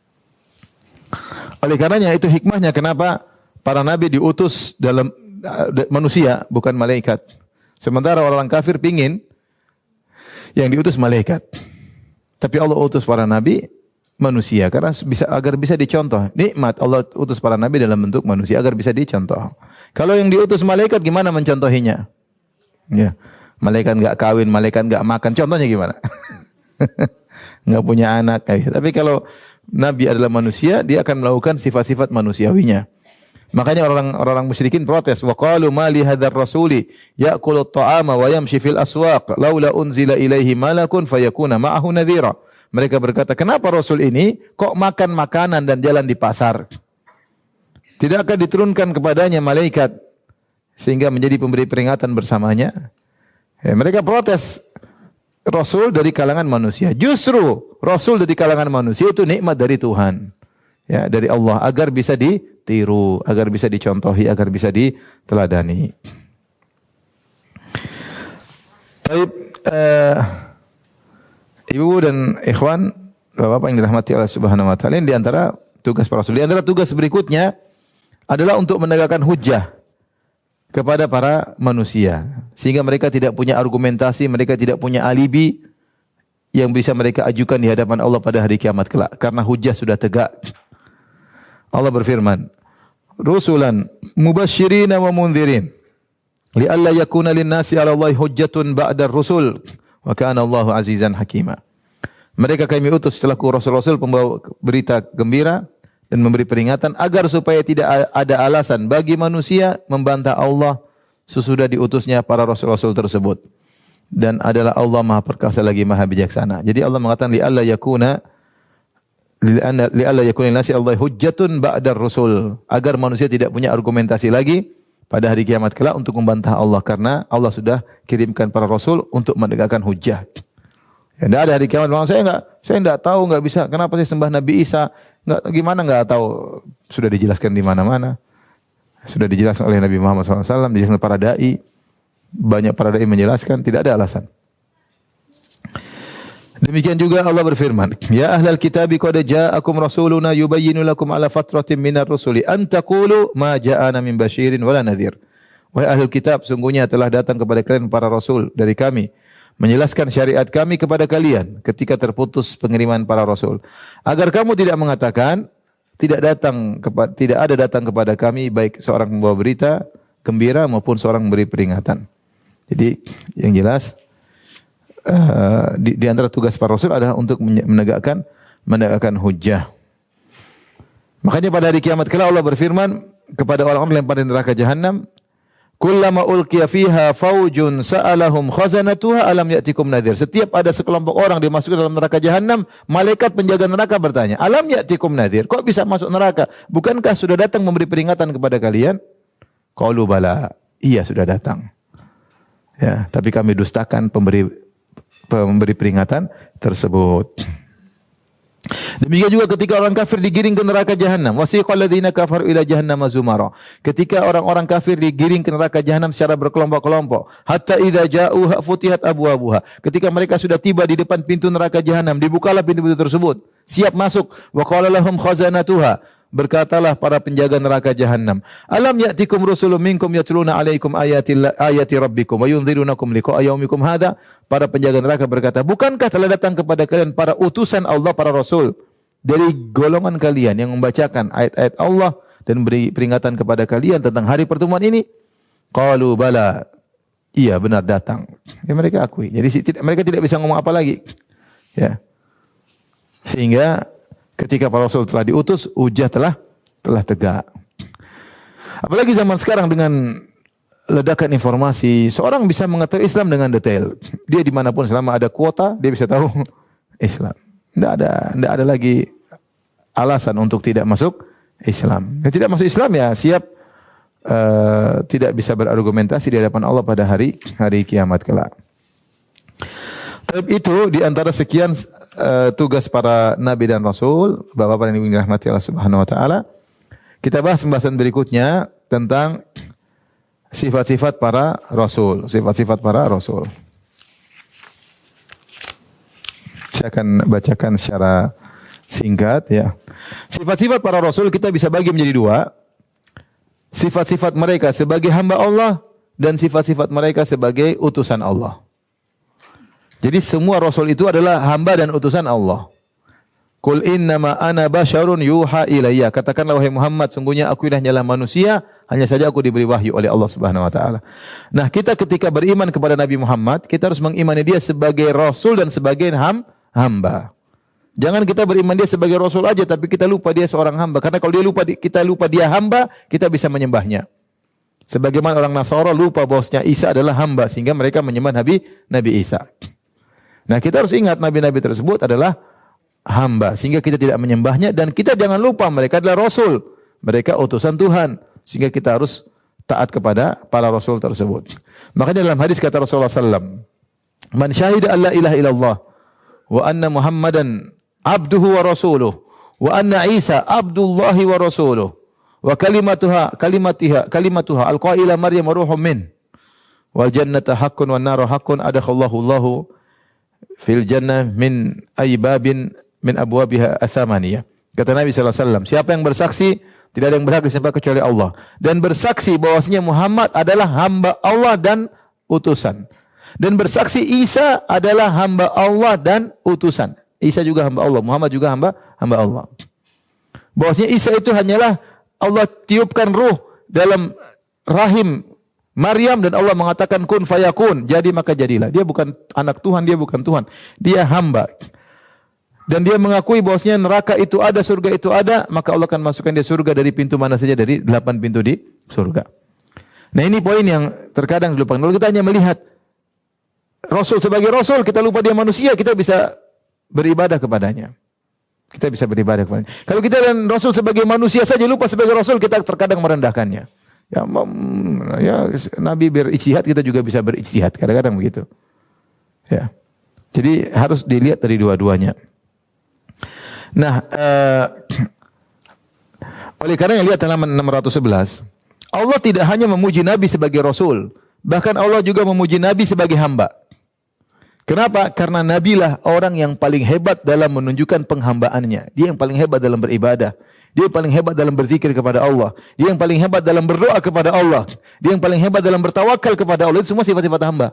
Oleh karenanya itu hikmahnya kenapa para Nabi diutus dalam uh, manusia, bukan malaikat. Sementara orang kafir pingin yang diutus malaikat. Tapi Allah utus para Nabi manusia karena bisa agar bisa dicontoh. Nikmat Allah utus para Nabi dalam bentuk manusia agar bisa dicontoh. Kalau yang diutus malaikat gimana mencontohinya? Ya. Malaikat enggak kawin, malaikat enggak makan. Contohnya gimana? Enggak punya anak. Tapi kalau Nabi adalah manusia, dia akan melakukan sifat-sifat manusiawinya. Makanya orang-orang musyrikin protes. Wa qalu ma li hadzal rasuli ya'kulu at-ta'ama wa yamshi fil aswaq laula unzila ilaihi malakun fayakuna ma'ahu nadhira. Mereka berkata, kenapa Rasul ini kok makan makanan dan jalan di pasar? Tidakkah diturunkan kepadanya malaikat sehingga menjadi pemberi peringatan bersamanya? Ya, mereka protes Rasul dari kalangan manusia. Justru Rasul dari kalangan manusia itu nikmat dari Tuhan. Ya, dari Allah agar bisa ditiru, agar bisa dicontohi, agar bisa diteladani. Baik, uh, Ibu dan ikhwan, Bapak-bapak yang dirahmati Allah Subhanahu wa taala, di antara tugas para rasul, di antara tugas berikutnya adalah untuk menegakkan hujjah kepada para manusia, sehingga mereka tidak punya argumentasi, mereka tidak punya alibi yang bisa mereka ajukan di hadapan Allah pada hari kiamat kelak, karena hujjah sudah tegak. Allah berfirman, rusulan mubasysyirin wa mundhirin li'alla yakuna lin-nasi 'ala Allahi hujjatun ba'da ar-rusul wa kana Allahu 'azizan hakima. Mereka kami utus selaku rasul-rasul pembawa berita gembira dan memberi peringatan agar supaya tidak ada alasan bagi manusia membantah Allah sesudah diutusnya para rasul-rasul tersebut. Dan adalah Allah Maha Perkasa lagi Maha Bijaksana. Jadi Allah mengatakan li alla yakuna li alla yakuna nasi Allah hujjatun ba'dar rusul, agar manusia tidak punya argumentasi lagi pada hari kiamat kelak untuk membantah Allah, karena Allah sudah kirimkan para rasul untuk menegakkan hujjah. Ya, tidak ada hari kiamat. Saya enggak, saya enggak tahu, enggak bisa. Kenapa saya sembah Nabi Isa? Enggak, gimana enggak tahu? Sudah dijelaskan di mana-mana. Sudah dijelaskan oleh Nabi Muhammad shallallahu alaihi wasallam, dijelaskan para dai. Banyak para dai menjelaskan, tidak ada alasan. Demikian juga Allah berfirman, ya ahlal kitabi qad ja'akum rasuluna yubayyinu lakum ala fatratin minar rusuli an taqulu ma ja'ana min basyirin wala nadhir. Wahai ahlul kitab, sungguhnya telah datang kepada kalian para rasul dari kami, menjelaskan syariat kami kepada kalian ketika terputus pengiriman para rasul, agar kamu tidak mengatakan tidak datang kepada, tidak ada datang kepada kami baik seorang membawa berita gembira maupun seorang memberi peringatan. Jadi yang jelas uh, di, di antara tugas para rasul adalah untuk menegakkan menegakkan hujjah. Makanya pada hari kiamat kelak Allah berfirman kepada orang-orang yang lempar di neraka jahanam, Kullama ulqiya fiha faujun sa'alahum khazanatuha alam ya'tikum nadhir. Setiap ada sekelompok orang dimasukkan dalam neraka jahanam, malaikat penjaga neraka bertanya, "Alam ya'tikum nadhir?" Kok bisa masuk neraka? Bukankah sudah datang memberi peringatan kepada kalian? Qalu bala. Iya, sudah datang. Ya, tapi kami dustakan pemberi pemberi peringatan tersebut. Demikian juga ketika orang kafir digiring ke neraka jahanam, wasiqal ladzina kafaru ila jahannama zumara. Ketika orang-orang kafir digiring ke neraka jahanam secara berkelompok-kelompok, hatta idza ja'uha futihat abwabuha. Ketika mereka sudah tiba di depan pintu neraka jahanam, dibukalah pintu-pintu tersebut, siap masuk. Wa qala lahum khazanatuha. Berkatalah para penjaga neraka jahanam, alam ya'tikum rusulun minkum yatluna 'alaikum ayati ayati rabbikum wa yunzirunakum liqa'a yaumikum hadza. Para penjaga neraka berkata, bukankah telah datang kepada kalian para utusan Allah, para rasul dari golongan kalian yang membacakan ayat-ayat Allah dan beri peringatan kepada kalian tentang hari pertemuan ini? Qalu bala. Iya, benar datang. Ya, mereka akui. Jadi mereka tidak bisa ngomong apa lagi. Ya. Sehingga ketika para rasul telah diutus, hujah telah telah tegak. Apalagi zaman sekarang dengan ledakan informasi, seorang bisa mengetahui Islam dengan detail. Dia dimanapun selama ada kuota, dia bisa tahu Islam. Tidak ada, tidak ada lagi alasan untuk tidak masuk Islam. Yang tidak masuk Islam ya siap uh, tidak bisa berargumentasi di hadapan Allah pada hari hari kiamat kelak. Tapi itu di antara sekian Uh, tugas para nabi dan rasul, Bapak-bapak yang dirahmati Allah Subhanahu wa taala. Kita bahas pembahasan berikutnya tentang sifat-sifat para rasul, sifat-sifat para rasul. Saya akan bacakan secara singkat ya. Sifat-sifat para rasul kita bisa bagi menjadi dua. Sifat-sifat mereka sebagai hamba Allah dan sifat-sifat mereka sebagai utusan Allah. Jadi semua rasul itu adalah hamba dan utusan Allah. Qul innama ana basyarun yuha ilayya. Katakanlah wahai Muhammad, sungguhnya aku ini hanyalah manusia, hanya saja aku diberi wahyu oleh Allah Subhanahu wa taala. Nah, kita ketika beriman kepada Nabi Muhammad, kita harus mengimani dia sebagai rasul dan sebagai ham, hamba. Jangan kita beriman dia sebagai rasul aja tapi kita lupa dia seorang hamba. Karena kalau dia lupa kita lupa dia hamba, kita bisa menyembahnya. Sebagaimana orang Nasara lupa bahwasanya Isa adalah hamba sehingga mereka menyembah Nabi Nabi Isa. Nah, kita harus ingat nabi-nabi tersebut adalah hamba sehingga kita tidak menyembahnya, dan kita jangan lupa mereka adalah rasul. Mereka utusan Tuhan sehingga kita harus taat kepada para rasul tersebut. Makanya dalam hadis kata Rasulullah sallallahu alaihi wasallam, "Man syahida an la ilaha illallah wa anna Muhammadan abduhu wa rasuluh wa anna Isa abdullahi wa rasuluh wa kalimatuha kalimatiha kalimatuha alqaila Maryam ruhum min wal jannata haqqun wan naru haqqun adakhallahu Allahu fil jannah min aybabin min abwabiha atsamaniyah." Kata Nabi sallallahu alaihi wasallam, siapa yang bersaksi tidak ada yang berhak disembah kecuali Allah, dan bersaksi bahwasanya Muhammad adalah hamba Allah dan utusan, dan bersaksi Isa adalah hamba Allah dan utusan. Isa juga hamba Allah, Muhammad juga hamba hamba Allah. Bahwasanya Isa itu hanyalah Allah tiupkan ruh dalam rahim Maryam dan Allah mengatakan kun fayakun, jadi maka jadilah. Dia bukan anak Tuhan, dia bukan Tuhan. Dia hamba. Dan dia mengakui bahwasanya neraka itu ada, surga itu ada, maka Allah akan masukkan dia surga dari pintu mana saja dari delapan pintu di surga. Nah, ini poin yang terkadang dilupakan. Kalau kita hanya melihat Rasul sebagai Rasul, kita lupa dia manusia, kita bisa beribadah kepadanya. Kita bisa beribadah kepadanya. Kalau kita dan Rasul sebagai manusia saja lupa sebagai Rasul, kita terkadang merendahkannya. Ya, ya Nabi berijtihad, kita juga bisa berijtihad. Kadang-kadang begitu. Ya. Jadi harus dilihat dari dua-duanya. Nah, uh, oleh karena yang lihat halaman enam ratus sebelas, Allah tidak hanya memuji Nabi sebagai Rasul, bahkan Allah juga memuji Nabi sebagai hamba. Kenapa? Karena Nabi lah orang yang paling hebat dalam menunjukkan penghambaannya. Dia yang paling hebat dalam beribadah. Dia yang paling hebat dalam berzikir kepada Allah. Dia yang paling hebat dalam berdoa kepada Allah. Dia yang paling hebat dalam bertawakal kepada Allah. Itu semua sifat-sifat hamba.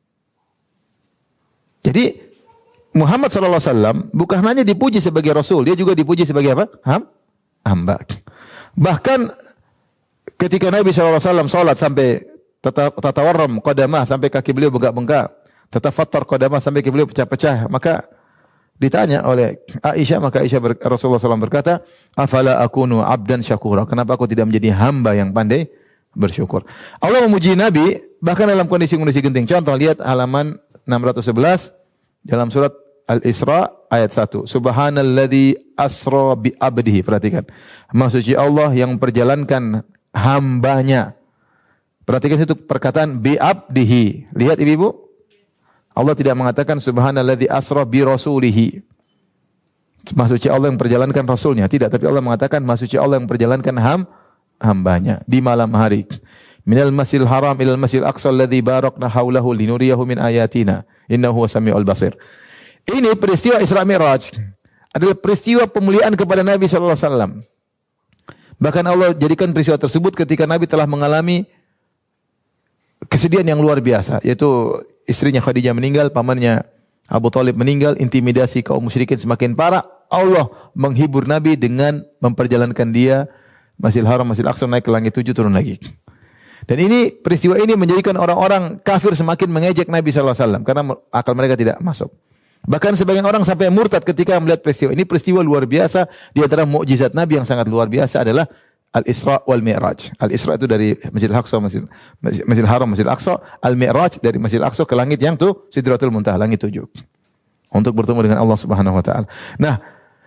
Jadi Muhammad sallallahu alaihi wasallam bukan hanya dipuji sebagai Rasul, dia juga dipuji sebagai apa? Ham? Hamba. Bahkan ketika Nabi sallallahu alaihi wasallam salat sampai tatawarram qadamah, sampai kaki beliau bengkak-bengkak, tatafattar qadamah, sampai kaki beliau pecah-pecah, maka ditanya oleh Aisyah, maka Aisyah ber, Rasulullah sallallahu alaihi wasallam berkata, "Afala akunu abdan syakura?" Kenapa aku tidak menjadi hamba yang pandai bersyukur. Allah memuji Nabi bahkan dalam kondisi-kondisi genting. Contoh lihat halaman enam ratus sebelas dalam surat Al-Isra ayat satu. Subhanalladzi asra bi abdihi. Perhatikan. Maha suci Allah yang memperjalankan hambanya. Perhatikan itu perkataan bi abdihi. Lihat ibu-ibu. Allah tidak mengatakan subhanalladzi asra bi rasulihi. Maha suci Allah yang memperjalankan rasulnya. Tidak, tapi Allah mengatakan maha suci Allah yang memperjalankan ham hambanya di malam hari. Minal masjidil haram ilal masjidil aqsa alladzi barakna haulahu linuriyahu min ayatina. Innahu wasami'ul basir. Ini peristiwa Isra Mi'raj adalah peristiwa pemuliaan kepada Nabi sallallahu alaihi wasallam. Bahkan Allah jadikan peristiwa tersebut ketika Nabi telah mengalami kesedihan yang luar biasa, yaitu istrinya Khadijah meninggal, pamannya Abu Thalib meninggal, intimidasi kaum musyrikin semakin parah. Allah menghibur Nabi dengan memperjalankan dia Masjidil Haram, Masjidil Aqsa naik ke langit tujuh turun lagi. Dan ini peristiwa ini menjadikan orang-orang kafir semakin mengejek Nabi sallallahu alaihi wasallam karena akal mereka tidak masuk. Bahkan sebagian orang sampai murtad ketika melihat peristiwa ini. Peristiwa luar biasa. Di antara mukjizat Nabi yang sangat luar biasa adalah Al-Isra wal Mi'raj. Al-Isra itu dari Masjidil Aqsa, Masjid, Masjidil Haram, Masjidil Aqsa. Al-Mi'raj dari Masjidil Aqsa ke langit yang tuh Sidratul Muntaha, langit tujuh. Untuk bertemu dengan Allah Subhanahu wa taala. Nah,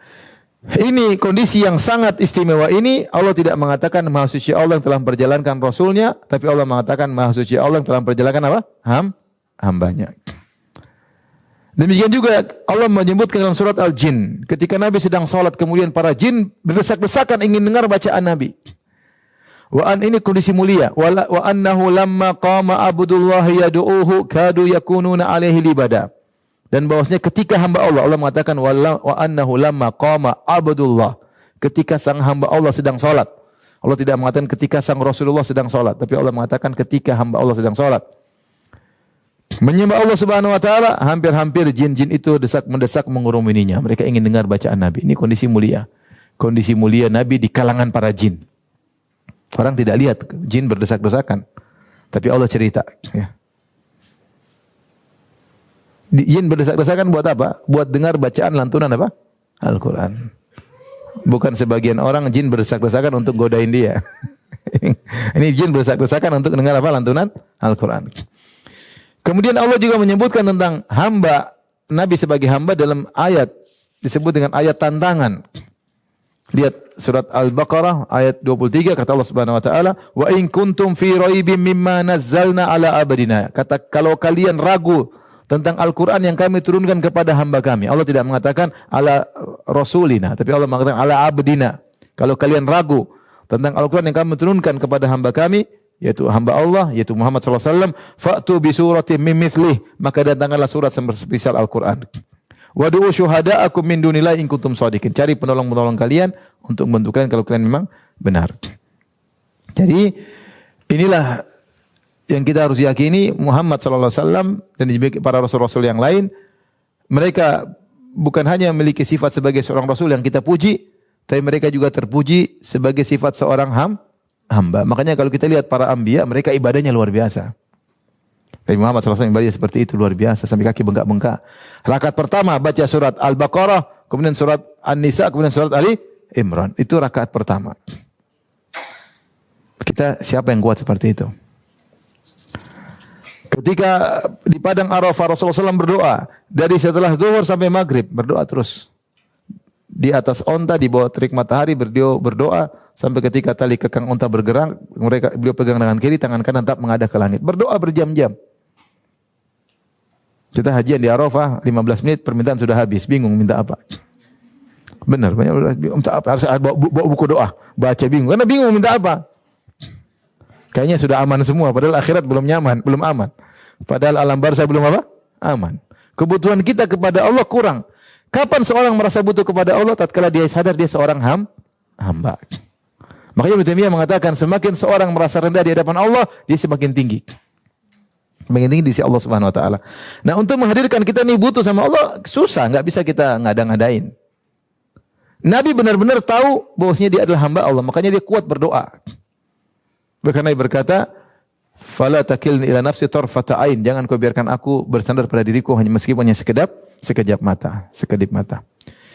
ini kondisi yang sangat istimewa ini. Allah tidak mengatakan Maha Suci Allah yang telah memperjalankan Rasulnya, tapi Allah mengatakan Maha Suci Allah yang telah memperjalankan apa? Ham, hambanya. Demikian juga Allah menyebutkan dalam surat Al-Jin. Ketika Nabi sedang salat, kemudian para jin berdesak-desakan ingin dengar bacaan Nabi. Wa an ini kondisi mulia. Wa, wa annahu lamma qama abdullah yad'uuhu kadu yakununa alaihi libada. Dan bahwasanya ketika hamba Allah, Allah mengatakan wa, wa annahu lamma qama abdullah. Ketika sang hamba Allah sedang salat. Allah tidak mengatakan ketika sang Rasulullah sedang salat, tapi Allah mengatakan ketika hamba Allah sedang salat. Menyembah Allah Subhanahu wa taala, hampir-hampir jin-jin itu desak mendesak mengurumininya. Mereka ingin dengar bacaan Nabi. Ini kondisi mulia. Kondisi mulia Nabi di kalangan para jin. Orang tidak lihat jin berdesak-desakan, tapi Allah cerita, ya. Jin berdesak-desakan buat apa? Buat dengar bacaan lantunan apa? Al-Qur'an. Bukan sebagian orang jin berdesak-desakan untuk godain dia. Ini jin berdesak-desakan untuk dengar apa? Lantunan Al-Qur'an. Kemudian Allah juga menyebutkan tentang hamba Nabi sebagai hamba dalam ayat disebut dengan ayat tantangan. Lihat surat Al-Baqarah ayat dua puluh tiga, kata Allah Subhanahu wa taala, "Wa in kuntum fi raibim mimma nazzalna ala abdina." Kata kalau kalian ragu tentang Al-Qur'an yang kami turunkan kepada hamba kami. Allah tidak mengatakan ala rasulina, tapi Allah mengatakan ala abdina. Kalau kalian ragu tentang Al-Qur'an yang kami turunkan kepada hamba kami, yaitu hamba Allah, yaitu Muhammad sallallahu alaihi wasallam, fa'tu bi suratin min mithlih, maka datangkanlah surat semisal Al-Qur'an. Wad'u syuhada'akum min dunillahi in kuntum shadiqin. Cari penolong-penolong kalian untuk membantu kalian kalau kalian memang benar. Jadi inilah yang kita harus yakini, Muhammad sallallahu alaihi wasallam dan para rasul-rasul yang lain, mereka bukan hanya memiliki sifat sebagai seorang rasul yang kita puji, tapi mereka juga terpuji sebagai sifat seorang ham hamba. Makanya kalau kita lihat para anbiya, mereka ibadahnya luar biasa. Nabi Muhammad sallallahu alaihi wasallam ibadah seperti itu luar biasa sampai kaki bengkak-bengkak. Rakaat pertama baca surat Al-Baqarah, kemudian surat An-Nisa, kemudian surat Ali Imran. Itu rakaat pertama. Kita siapa yang kuat seperti itu? Ketika di padang Arafah Rasulullah sallallahu alaihi wasallam berdoa dari setelah zuhur sampai maghrib, berdoa terus. Di atas onta, di bawah terik matahari berdoa, berdoa sampai ketika tali kekang onta bergerak, mereka beliau pegang tangan kiri, tangan kanan tetap menghadap ke langit. Berdoa berjam-jam. Kita hajian di Arafah lima belas menit, permintaan sudah habis, bingung minta apa. Benar, banyak minta apa? Harus bawa, bawa buku doa, baca bingung. Karena bingung minta apa. Kayaknya sudah aman semua, padahal akhirat belum nyaman, belum aman. Padahal alam barzah belum apa? Aman. Kebutuhan kita kepada Allah kurang. Kapan seorang merasa butuh kepada Allah? Tatkala dia sadar dia seorang ham, hamba. Makanya Ibnu Taimiyah mengatakan semakin seorang merasa rendah di hadapan Allah, dia semakin tinggi. Semakin tinggi di sisi Allah Subhanahu wa taala. Nah, untuk menghadirkan kita nih butuh sama Allah susah, enggak bisa kita ngada-ngadain. Nabi benar-benar tahu bahwasanya dia adalah hamba Allah, makanya dia kuat berdoa. Bahkan Nabi berkata, "Fala takilni ila nafsi tarfata ain." Jangan kau biarkan aku bersandar pada diriku hanya meskipun hanya sekedap sekejap mata, sekedip mata.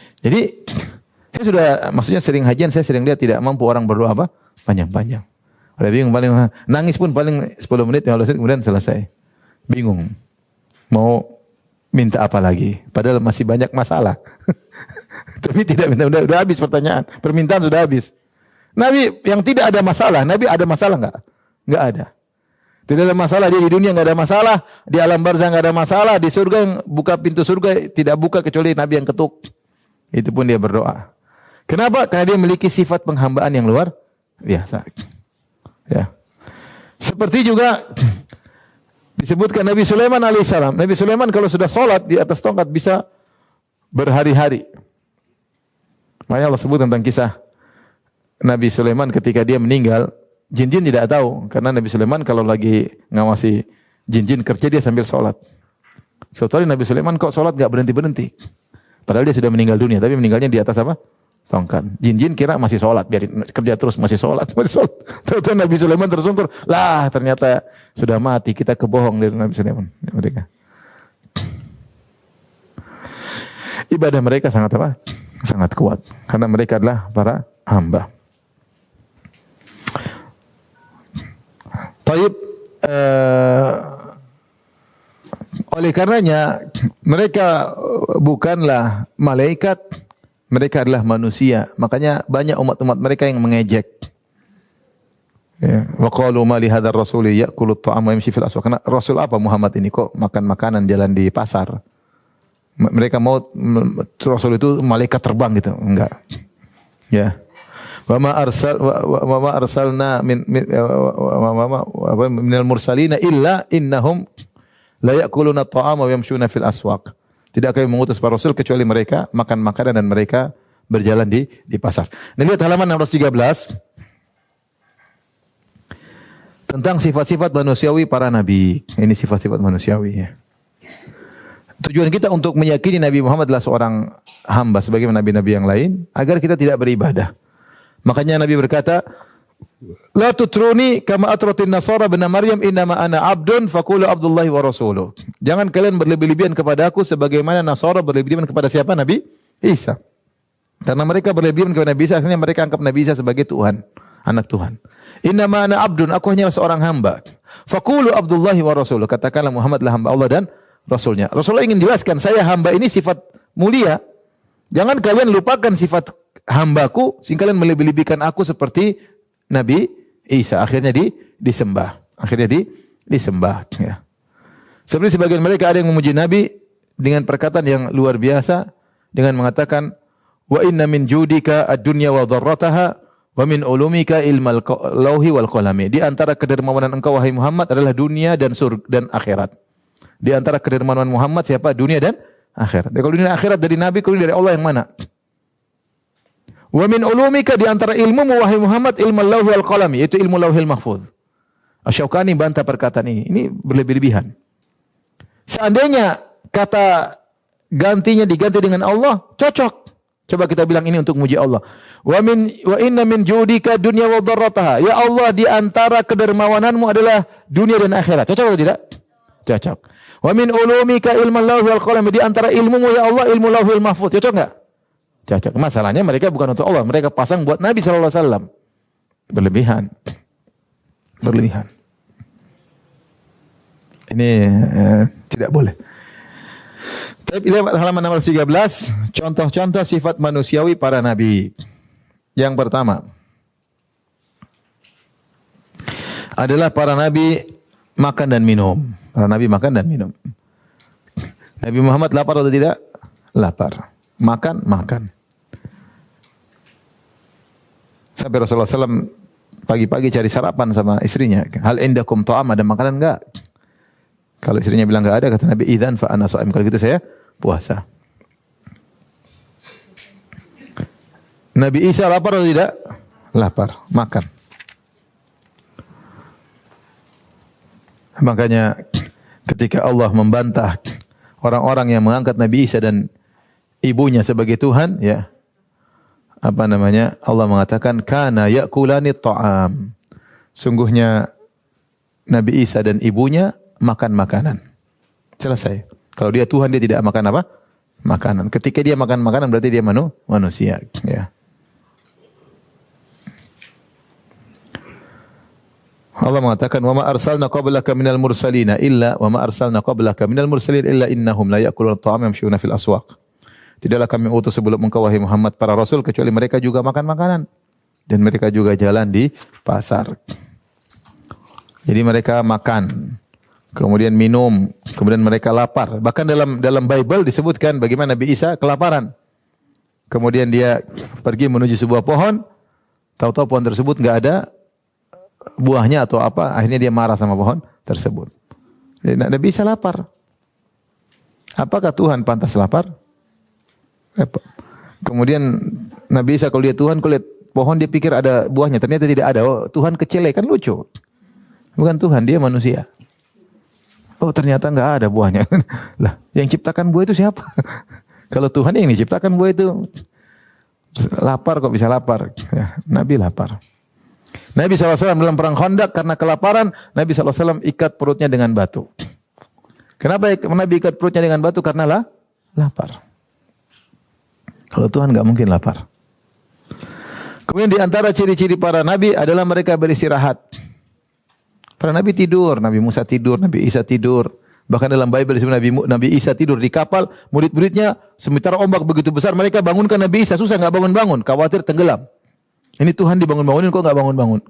Jadi saya sudah, maksudnya sering hajian, saya sering lihat tidak mampu orang berdoa apa? Panjang-panjang. Pada bingung paling nangis pun paling sepuluh menit lima belas menit kemudian selesai. Bingung. Mau minta apa lagi? Padahal masih banyak masalah. Tapi tidak minta, udah, udah habis pertanyaan. Permintaan sudah habis. Nabi yang tidak ada masalah, Nabi ada masalah enggak? Enggak ada. Tidak ada masalah, dia di dunia enggak ada masalah, di alam barzah enggak ada masalah, di surga yang buka pintu surga tidak buka kecuali Nabi yang ketuk. Itu pun dia berdoa. Kenapa? Karena dia memiliki sifat penghambaan yang luar biasa. Ya. Seperti juga disebutkan Nabi Sulaiman alaihissalam. Nabi Sulaiman kalau sudah sholat di atas tongkat bisa berhari-hari. Makanya Allah sebut tentang kisah Nabi Sulaiman ketika dia meninggal. Jin-jin tidak tahu. Karena Nabi Sulaiman kalau lagi ngawasi jin-jin kerja dia sambil sholat. Suatu hari Nabi Sulaiman kok sholat gak berhenti-berhenti. Padahal dia sudah meninggal dunia. Tapi meninggalnya di atas apa? Tongkat. Jin-jin kira masih sholat. Biarin kerja terus masih sholat. Masih sholat. Tahu-tahu Nabi Sulaiman tersungkur. Lah ternyata sudah mati. Kita kebohong dari Nabi Sulaiman. Mereka. Ibadah mereka sangat apa? Sangat kuat. Karena mereka adalah para hamba. Taib, uh, oleh karenanya mereka bukanlah malaikat, mereka adalah manusia. Makanya banyak umat-umat mereka yang mengejek. Ya, wa qalu ma li hadzal rasuli ya'kulu at-ta'ama wa yamshi fil aswaq. Karena Rasul apa Muhammad ini kok makan makanan jalan di pasar? Mereka mau Rasul itu malaikat terbang gitu, enggak. Ya. Wa ma arsal wa ma arsalna min minal mursalina illa innahum la ya'kuluna at-ta'ama wa yamshuna fil aswaq. Tidak kami mengutus para rasul kecuali mereka makan makanan dan mereka berjalan di di pasar. Nah, lihat halaman enam ratus tiga belas tentang sifat-sifat manusiawi para nabi. Ini sifat-sifat manusiawi ya. Tujuan kita untuk meyakini Nabi Muhammad adalah seorang hamba sebagaimana nabi-nabi yang lain agar kita tidak beribadah. Makanya Nabi berkata, la tutruni kama atratin nasara bin Maryam innama ana abdun faqulu abdullahi wa rasuluh. Jangan kalian berlebih-lebihan kepada aku sebagaimana Nasara berlebih-lebihan kepada siapa? Nabi Isa. Karena mereka berlebih-lebihan kepada Nabi Isa, akhirnya mereka anggap Nabi Isa sebagai Tuhan, anak Tuhan. Innama ana abdun, aku hanya seorang hamba. Faqulu abdullahi wa rasuluh. Katakanlah Muhammad adalah hamba Allah dan Rasulnya. Rasulullah ingin jelaskan, saya hamba ini sifat mulia. Jangan kalian lupakan sifat hambaku, sehingga kalian melebih-lebihkan aku seperti Nabi Isa. Akhirnya di, disembah. Akhirnya di, disembah. Ya. Seperti sebagian mereka ada yang memuji Nabi dengan perkataan yang luar biasa, dengan mengatakan, wa inna min judika ad-dunya wa dharrataha, wa min ulumika ilmal lauhi wal qalami. Di antara kedermawanan engkau wahai Muhammad adalah dunia dan surga dan akhirat. Di antara kedermawanan Muhammad siapa? Dunia dan akhirat. Jadi kalau dunia dan akhirat dari Nabi, kalau dari Allah yang mana? Wa min ulumika, di antara ilmu wahai Muhammad ilmu lauhi wal qalami, yaitu ilmu lauhil mahfuz. Asy-Syaukani bantah perkataan ini. Ini berlebih-lebihan. Seandainya kata gantinya diganti dengan Allah, cocok. Coba kita bilang ini untuk muji Allah. Wa min wa inna min judika dunya wa dharrataha. Ya Allah, di antara kedermawananmu adalah dunia dan akhirat. Cocok atau tidak? Cocok. Wa min ulumika ilmu lauhi wal qalami, di antara ilmumu ya Allah ilmu lauhil mahfuz. Cocok enggak? Cocok. Masalahnya mereka bukan untuk Allah, mereka pasang buat Nabi sallallahu alaihi wasallam. Berlebihan. Berlebihan. Ini eh, tidak boleh. Tapi lihat halaman enam ratus tiga belas, contoh-contoh sifat manusiawi para nabi. Yang pertama adalah para nabi makan dan minum. Para nabi makan dan minum. Nabi Muhammad lapar atau tidak? Lapar. Makan, makan. Sampai Rasulullah shallallahu alaihi wasallam pagi-pagi cari sarapan sama istrinya. Hal indakum ta'am, ada makanan enggak? Kalau istrinya bilang enggak ada, kata Nabi, idzan fa ana shaim. Kalau gitu saya puasa. Nabi Isa lapar atau tidak? Lapar, makan. Makanya ketika Allah membantah orang-orang yang mengangkat Nabi Isa dan ibunya sebagai Tuhan, ya, apa namanya? Allah mengatakan kana yakulani ta'am. Sungguhnya Nabi Isa dan ibunya makan makanan. Selesai. Kalau dia Tuhan, dia tidak makan apa? Makanan. Ketika dia makan makanan berarti dia manu, manusia, ya. Allah mengatakan, "Wa ma arsalna qablaka minal mursalina illa wa ma arsalna qablaka minal mursalin illa innahum la ya'kuluna at-ta'ama yamshuna fil aswaq." Tidaklah kami utus sebelum engkau wahai Muhammad para rasul kecuali mereka juga makan makanan dan mereka juga jalan di pasar. Jadi mereka makan, kemudian minum, kemudian mereka lapar. Bahkan dalam dalam Bible disebutkan bagaimana Nabi Isa kelaparan. Kemudian dia pergi menuju sebuah pohon, tahu-tahu pohon tersebut enggak ada buahnya atau apa, akhirnya dia marah sama pohon tersebut. Jadi Nabi Isa lapar. Apakah Tuhan pantas lapar? Kemudian Nabi Isa kalau lihat Tuhan, kalau lihat pohon dia pikir ada buahnya, ternyata tidak ada. Oh, Tuhan kecil, kan lucu. Bukan Tuhan, dia manusia. Oh, ternyata enggak ada buahnya. Lah, yang ciptakan buah itu siapa? Kalau Tuhan yang diciptakan buah itu. Lapar kok bisa lapar? Ya, Nabi lapar. Nabi shallallahu alaihi wasallam dalam perang Khandaq karena kelaparan, Nabi shallallahu alaihi wasallam ikat perutnya dengan batu. Kenapa Nabi ikat perutnya dengan batu? Karena lah, lapar. Kalau Tuhan enggak mungkin lapar. Kemudian di antara ciri-ciri para nabi adalah mereka beristirahat. Para nabi tidur, Nabi Musa tidur, Nabi Isa tidur. Bahkan dalam Bible disebut Nabi, Nabi Isa tidur di kapal, murid-muridnya sementara ombak begitu besar, mereka bangunkan Nabi Isa, susah enggak bangun-bangun, khawatir tenggelam. Ini Tuhan dibangun-bangunin kok enggak bangun-bangun.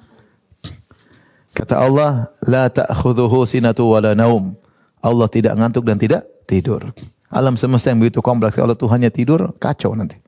Kata Allah, la ta'khudhuhu sinatu wala naum. Allah tidak ngantuk dan tidak tidur. Alam semesta yang begitu kompleks, kalau Tuhannya tidur, kacau nanti.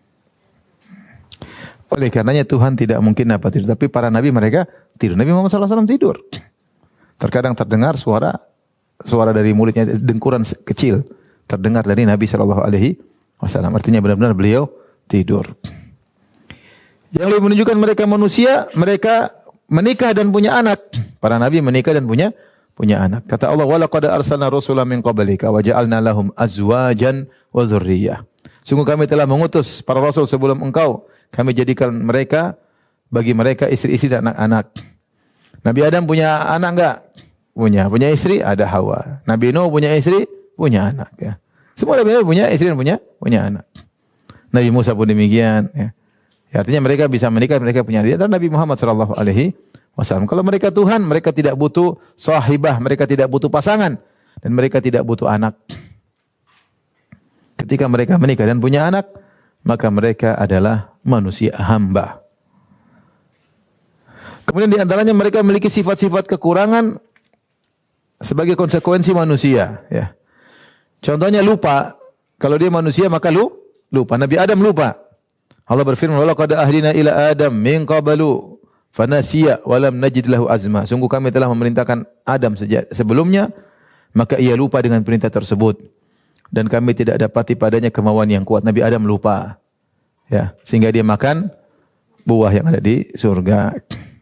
Oleh karenanya Tuhan tidak mungkin apa tidur. Tapi para nabi mereka tidur. Nabi Muhammad shallallahu alaihi wasallam tidur. Terkadang terdengar suara suara dari mulutnya, dengkuran kecil. Terdengar dari Nabi shallallahu alaihi wasallam. Artinya benar-benar beliau tidur. Yang lebih menunjukkan mereka manusia, mereka menikah dan punya anak. Para nabi menikah dan punya punya anak. Kata Allah, "Walaqad arsalna rusulan min qablika wa ja'alna lahum azwajan wa dzurriyyah." Sungguh kami telah mengutus para rasul sebelum engkau. Kami jadikan mereka, bagi mereka istri-istri dan anak-anak. Nabi Adam punya anak enggak? Punya. Punya istri? Ada Hawa. Nabi Nuh punya istri? Punya anak. Ya. Semua Nabi punya istri dan punya punya anak. Nabi Musa pun demikian. Ya. Ya, artinya mereka bisa menikah, mereka punya anak. Dan Nabi Muhammad shallallahu alaihi wasallam. Kalau mereka Tuhan, mereka tidak butuh sahibah, mereka tidak butuh pasangan. Dan mereka tidak butuh anak. Ketika mereka menikah dan punya anak, maka mereka adalah manusia hamba. Kemudian di antaranya mereka memiliki sifat-sifat kekurangan sebagai konsekuensi manusia. Ya. Contohnya lupa. Kalau dia manusia maka lu lupa. Nabi Adam lupa. Allah berfirman, "Walaqad ahdina ila Adam min qablu fanasiya wa lam najid lahu azma." Sungguh kami telah memerintahkan Adam sejak sebelumnya, maka ia lupa dengan perintah tersebut. Dan kami tidak dapati padanya kemauan yang kuat. Nabi Adam lupa. Ya, sehingga dia makan buah yang ada di surga.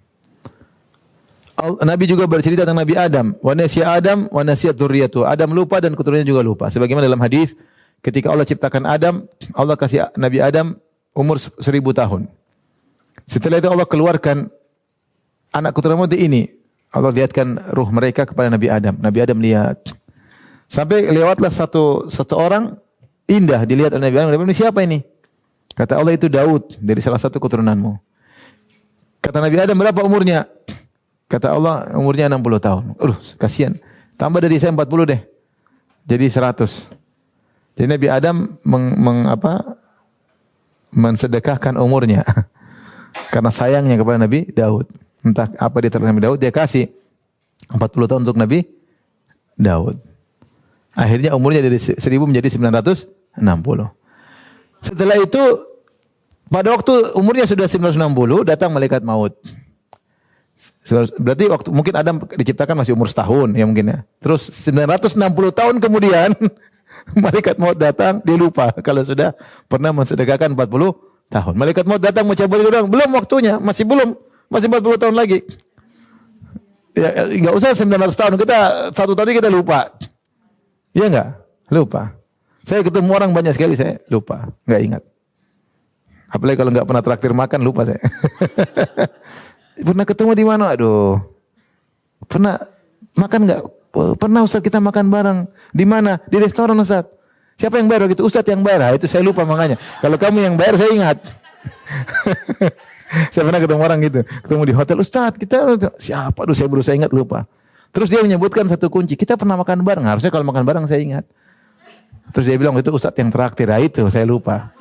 Nabi juga bercerita tentang Nabi Adam. Wa nasiya Adam wa nasiyat dzurriyyatu. Adam lupa dan keturunannya juga lupa. Sebagaimana dalam hadis ketika Allah ciptakan Adam, Allah kasih Nabi Adam umur seribu tahun. Setelah itu Allah keluarkan anak keturunan ini. Allah lihatkan ruh mereka kepada Nabi Adam. Nabi Adam lihat. Sampai lewatlah satu satu orang indah dilihat oleh Nabi Adam. Nabi Adam, siapa ini? Kata Allah, itu Daud dari salah satu keturunanmu. Kata Nabi Adam, berapa umurnya? Kata Allah, umurnya enam puluh tahun. Aduh, kasihan. Tambah dari saya empat puluh deh. Jadi seratus. Jadi Nabi Adam meng, meng, apa, mensedekahkan umurnya. Karena sayangnya kepada Nabi Daud. Entah apa dia terhadap Nabi Daud, dia kasih empat puluh tahun untuk Nabi Daud. Akhirnya umurnya dari seribu menjadi sembilan ratus enam puluh. Setelah itu, pada waktu umurnya sudah sembilan ratus enam puluh, datang malaikat maut. Berarti waktu mungkin Adam diciptakan masih umur setahun ya mungkin ya. Terus sembilan ratus enam puluh tahun kemudian malaikat maut datang, dia lupa kalau sudah pernah mensedekahkan empat puluh tahun. Malaikat maut datang mencabut dia, belum waktunya, masih belum, masih empat puluh tahun lagi. Ya enggak usah sembilan ratus tahun, kita satu tahun kita lupa. Iya enggak? Lupa. Saya ketemu orang banyak sekali saya lupa, enggak ingat. Apalagi kalau enggak pernah traktir makan lupa saya. Pernah ketemu di mana? Aduh. Pernah makan enggak? Pernah Ustaz kita makan bareng. Di mana? Di restoran Ustaz. Siapa yang bayar gitu? Ustaz yang bayar. Itu saya lupa makanya. Kalau kamu yang bayar saya ingat. Saya pernah ketemu orang gitu, ketemu di hotel, Ustaz, kita siapa? Aduh, saya baru saya ingat lupa. Terus dia menyebutkan satu kunci, kita pernah makan bareng. Harusnya kalau makan bareng saya ingat. Terus dia bilang, itu Ustaz yang traktir. Nah, itu saya lupa.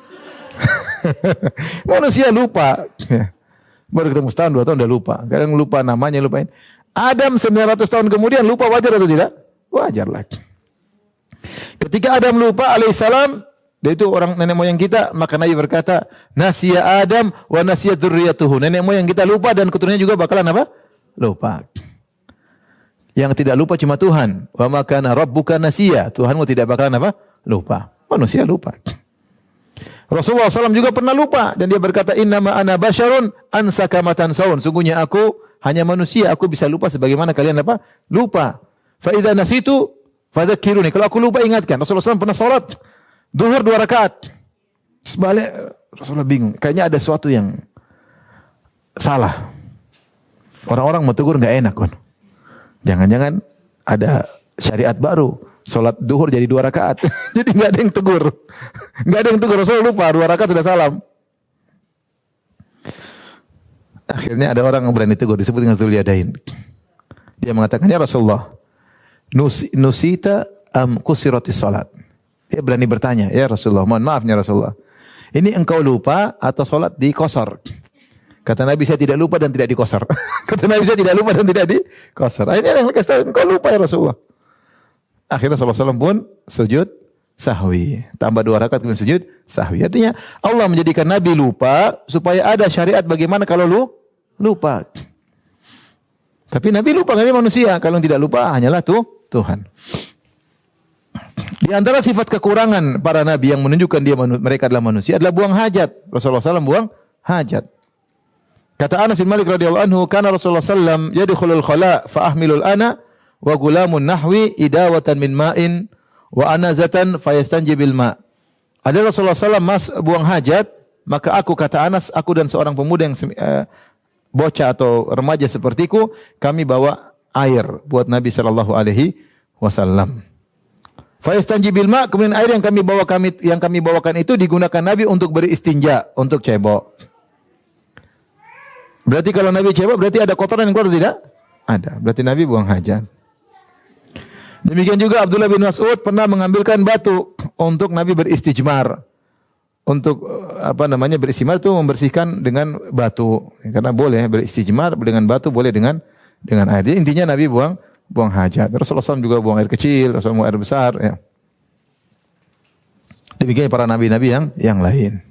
Manusia lupa. Baru ketemu setahun, dua tahun udah lupa. Kadang lupa namanya, lupain. Adam sembilan ratus tahun kemudian lupa, wajar atau tidak? Wajar lagi. Ketika Adam lupa alaihissalam, dia itu orang nenek moyang kita, maka Nabi berkata, nasiya Adam wa nasiya dzurriyyatuhu. Nenek moyang kita lupa dan keturunannya juga bakalan apa? Lupa. Yang tidak lupa cuma Tuhan. Wa ma kana rabbuka nasiya. Tuhanmu tidak bakalan apa? Lupa. Manusia lupa. Rasulullah shallallahu alaihi wasallam juga pernah lupa dan dia berkata, innama ana basyarun ansaka matan saun. Sungguhnya aku hanya manusia, aku bisa lupa sebagaimana kalian apa? Lupa. Fa idza nasitu fadzakiruni. Kalau aku lupa ingatkan. Rasulullah shallallahu alaihi wasallam pernah salat duhur dua rakaat. Sebalik Rasulullah bingung. Kayaknya ada sesuatu yang salah. Orang-orang mau tegur enggak enak kan. Jangan-jangan ada syariat baru. Salat duhur jadi dua rakaat. Jadi enggak ada yang tegur. Enggak ada yang tegur. Rasulullah lupa dua rakaat sudah salam. Akhirnya ada orang yang berani tegur, disebut dengan Dzuliyadain. Dia mengatakan, ya Rasulullah, Nus, nusita am kusiratis salat. Dia berani bertanya, ya Rasulullah, mohon maaf ya Rasulullah. Ini engkau lupa atau salat dikosor? Kata Nabi, saya tidak lupa dan tidak dikosor. Kata Nabi, saya tidak lupa dan tidak dikosor. Akhirnya yang lekas, engkau lupa ya Rasulullah. Akhirnya Rasulullah shallallahu alaihi wasallam pun sujud sahwi. Tambah dua rakaat kemudian sujud sahwi. Artinya Allah menjadikan Nabi lupa supaya ada syariat bagaimana kalau lu lupa. Tapi Nabi lupa karena manusia. Kalau tidak lupa hanyalah tuh Tuhan. Di antara sifat kekurangan para Nabi yang menunjukkan dia mereka adalah manusia adalah buang hajat. Rasulullah shallallahu alaihi wasallam buang hajat. Kata Anas bin Malik radhiyallahu anhu, kana Rasulullah shallallahu alaihi wasallam yadkhulul khala fa ahmilul ana wa gulamun nahwi idawatan min ma'in wa anazatan fayastanji bil ma'. Ada Rasulullah shallallahu alaihi wasallam mas buang hajat, maka aku kata Anas, aku dan seorang pemuda yang uh, bocah atau remaja sepertiku, kami bawa air buat Nabi sallallahu alaihi wasallam. Fayastanji bil ma', kemudian air yang kami bawa kami yang kami bawakan itu digunakan Nabi untuk beristinja, untuk cebok. Berarti kalau Nabi cebok berarti ada kotoran yang keluar tidak? Ada. Berarti Nabi buang hajat. Demikian juga Abdullah bin Mas'ud pernah mengambilkan batu untuk Nabi beristijmar. Untuk apa namanya beristijmar itu membersihkan dengan batu. Karena boleh beristijmar dengan batu, boleh dengan dengan air. Jadi intinya Nabi buang buang hajat. Rasulullah shallallahu alaihi wasallam juga buang air kecil, Rasulullah buang air besar. Ya. Demikian para nabi-nabi yang yang lain.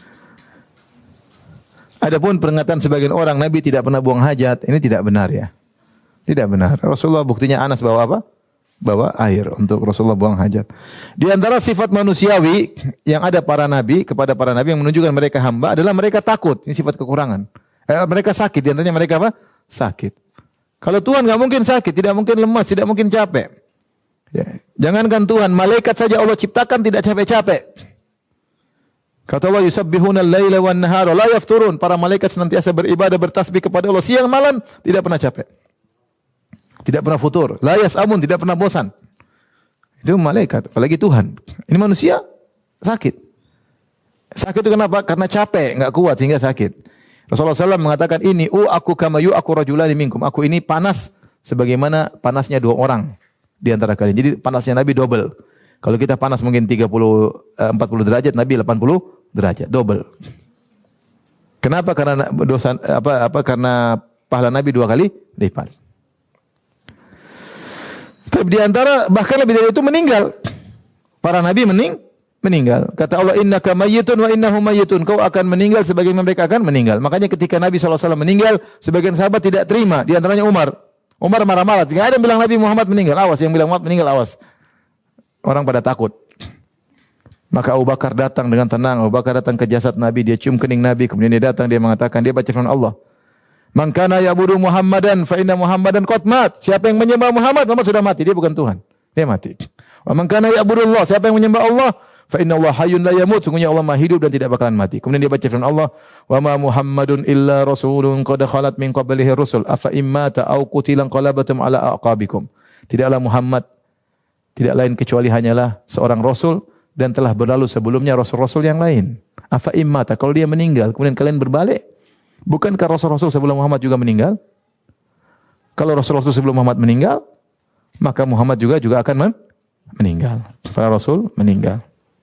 Adapun peringatan sebagian orang Nabi tidak pernah buang hajat, ini tidak benar ya. Tidak benar. Rasulullah buktinya Anas bawa apa? Bawa air untuk Rasulullah buang hajat. Di antara sifat manusiawi yang ada para nabi kepada para nabi yang menunjukkan mereka hamba adalah mereka takut. Ini sifat kekurangan. Eh, mereka sakit. Di antaranya mereka apa? Sakit. Kalau Tuhan nggak mungkin sakit, tidak mungkin lemas, tidak mungkin capek. Ya. Jangankan Tuhan, malaikat saja Allah ciptakan tidak capek-capek. Kata Allah, yusabbihuna al-laila wan nahara la yafturun. Para malaikat senantiasa beribadah, bertasbih kepada Allah siang malam, tidak pernah capek. Tidak pernah futur. La yas'amun, tidak pernah bosan. Itu malaikat, apalagi Tuhan. Ini manusia sakit. Sakit itu kenapa? Karena capek, enggak kuat sehingga sakit. Rasulullah shallallahu alaihi wasallam mengatakan ini, "U aku kama yu aku rajulani minkum." Aku ini panas sebagaimana panasnya dua orang di antara kalian. Jadi panasnya Nabi double. Kalau kita panas mungkin tiga puluh empat puluh derajat, Nabi delapan puluh derajat, double. Kenapa? Karena dosa apa apa karena pahala Nabi dua kali lipat. Tapi di antara bahkan lebih dari itu meninggal. Para nabi mening meninggal. Kata Allah, innaka mayyitun wa innahum mayyitun. Kau akan meninggal sebagaimana mereka akan meninggal. Makanya ketika Nabi shallallahu alaihi wasallam meninggal, sebagian sahabat tidak terima. Di antaranya Umar. Umar marah-marah. Tidak ada yang bilang Nabi Muhammad meninggal. Awas, yang bilang Muhammad meninggal, awas. Orang pada takut. Maka Abu Bakar datang dengan tenang. Abu Bakar datang ke jasad Nabi. Dia cium kening Nabi. Kemudian dia datang. Dia mengatakan, dia baca firman Allah. Man kana ya'budu Muhammadan fa inna Muhammadan qad mat. Siapa yang menyembah Muhammad, Muhammad sudah mati. Dia bukan Tuhan. Dia mati. Wa man kana ya'budu Allah. Siapa yang menyembah Allah, fa inna Allah hayyun la yamut. Sungguhnya Allah Maha hidup dan tidak bakalan mati. Kemudian dia baca firman Allah, wa ma Muhammadun illa rasulun qad khalat min qablihi rusul afa immata aw qutilan qalabatum ala aqabikum. Tidaklah Muhammad tidak lain kecuali hanyalah seorang rasul dan telah berlalu sebelumnya rasul-rasul yang lain. Afa immata, kalau dia meninggal kemudian kalian berbalik, Bukankah Rasul-Rasul sebelum Muhammad juga meninggal? Kalau Rasul-Rasul sebelum Muhammad meninggal, maka Muhammad juga juga akan men meninggal. Para Rasul meninggal.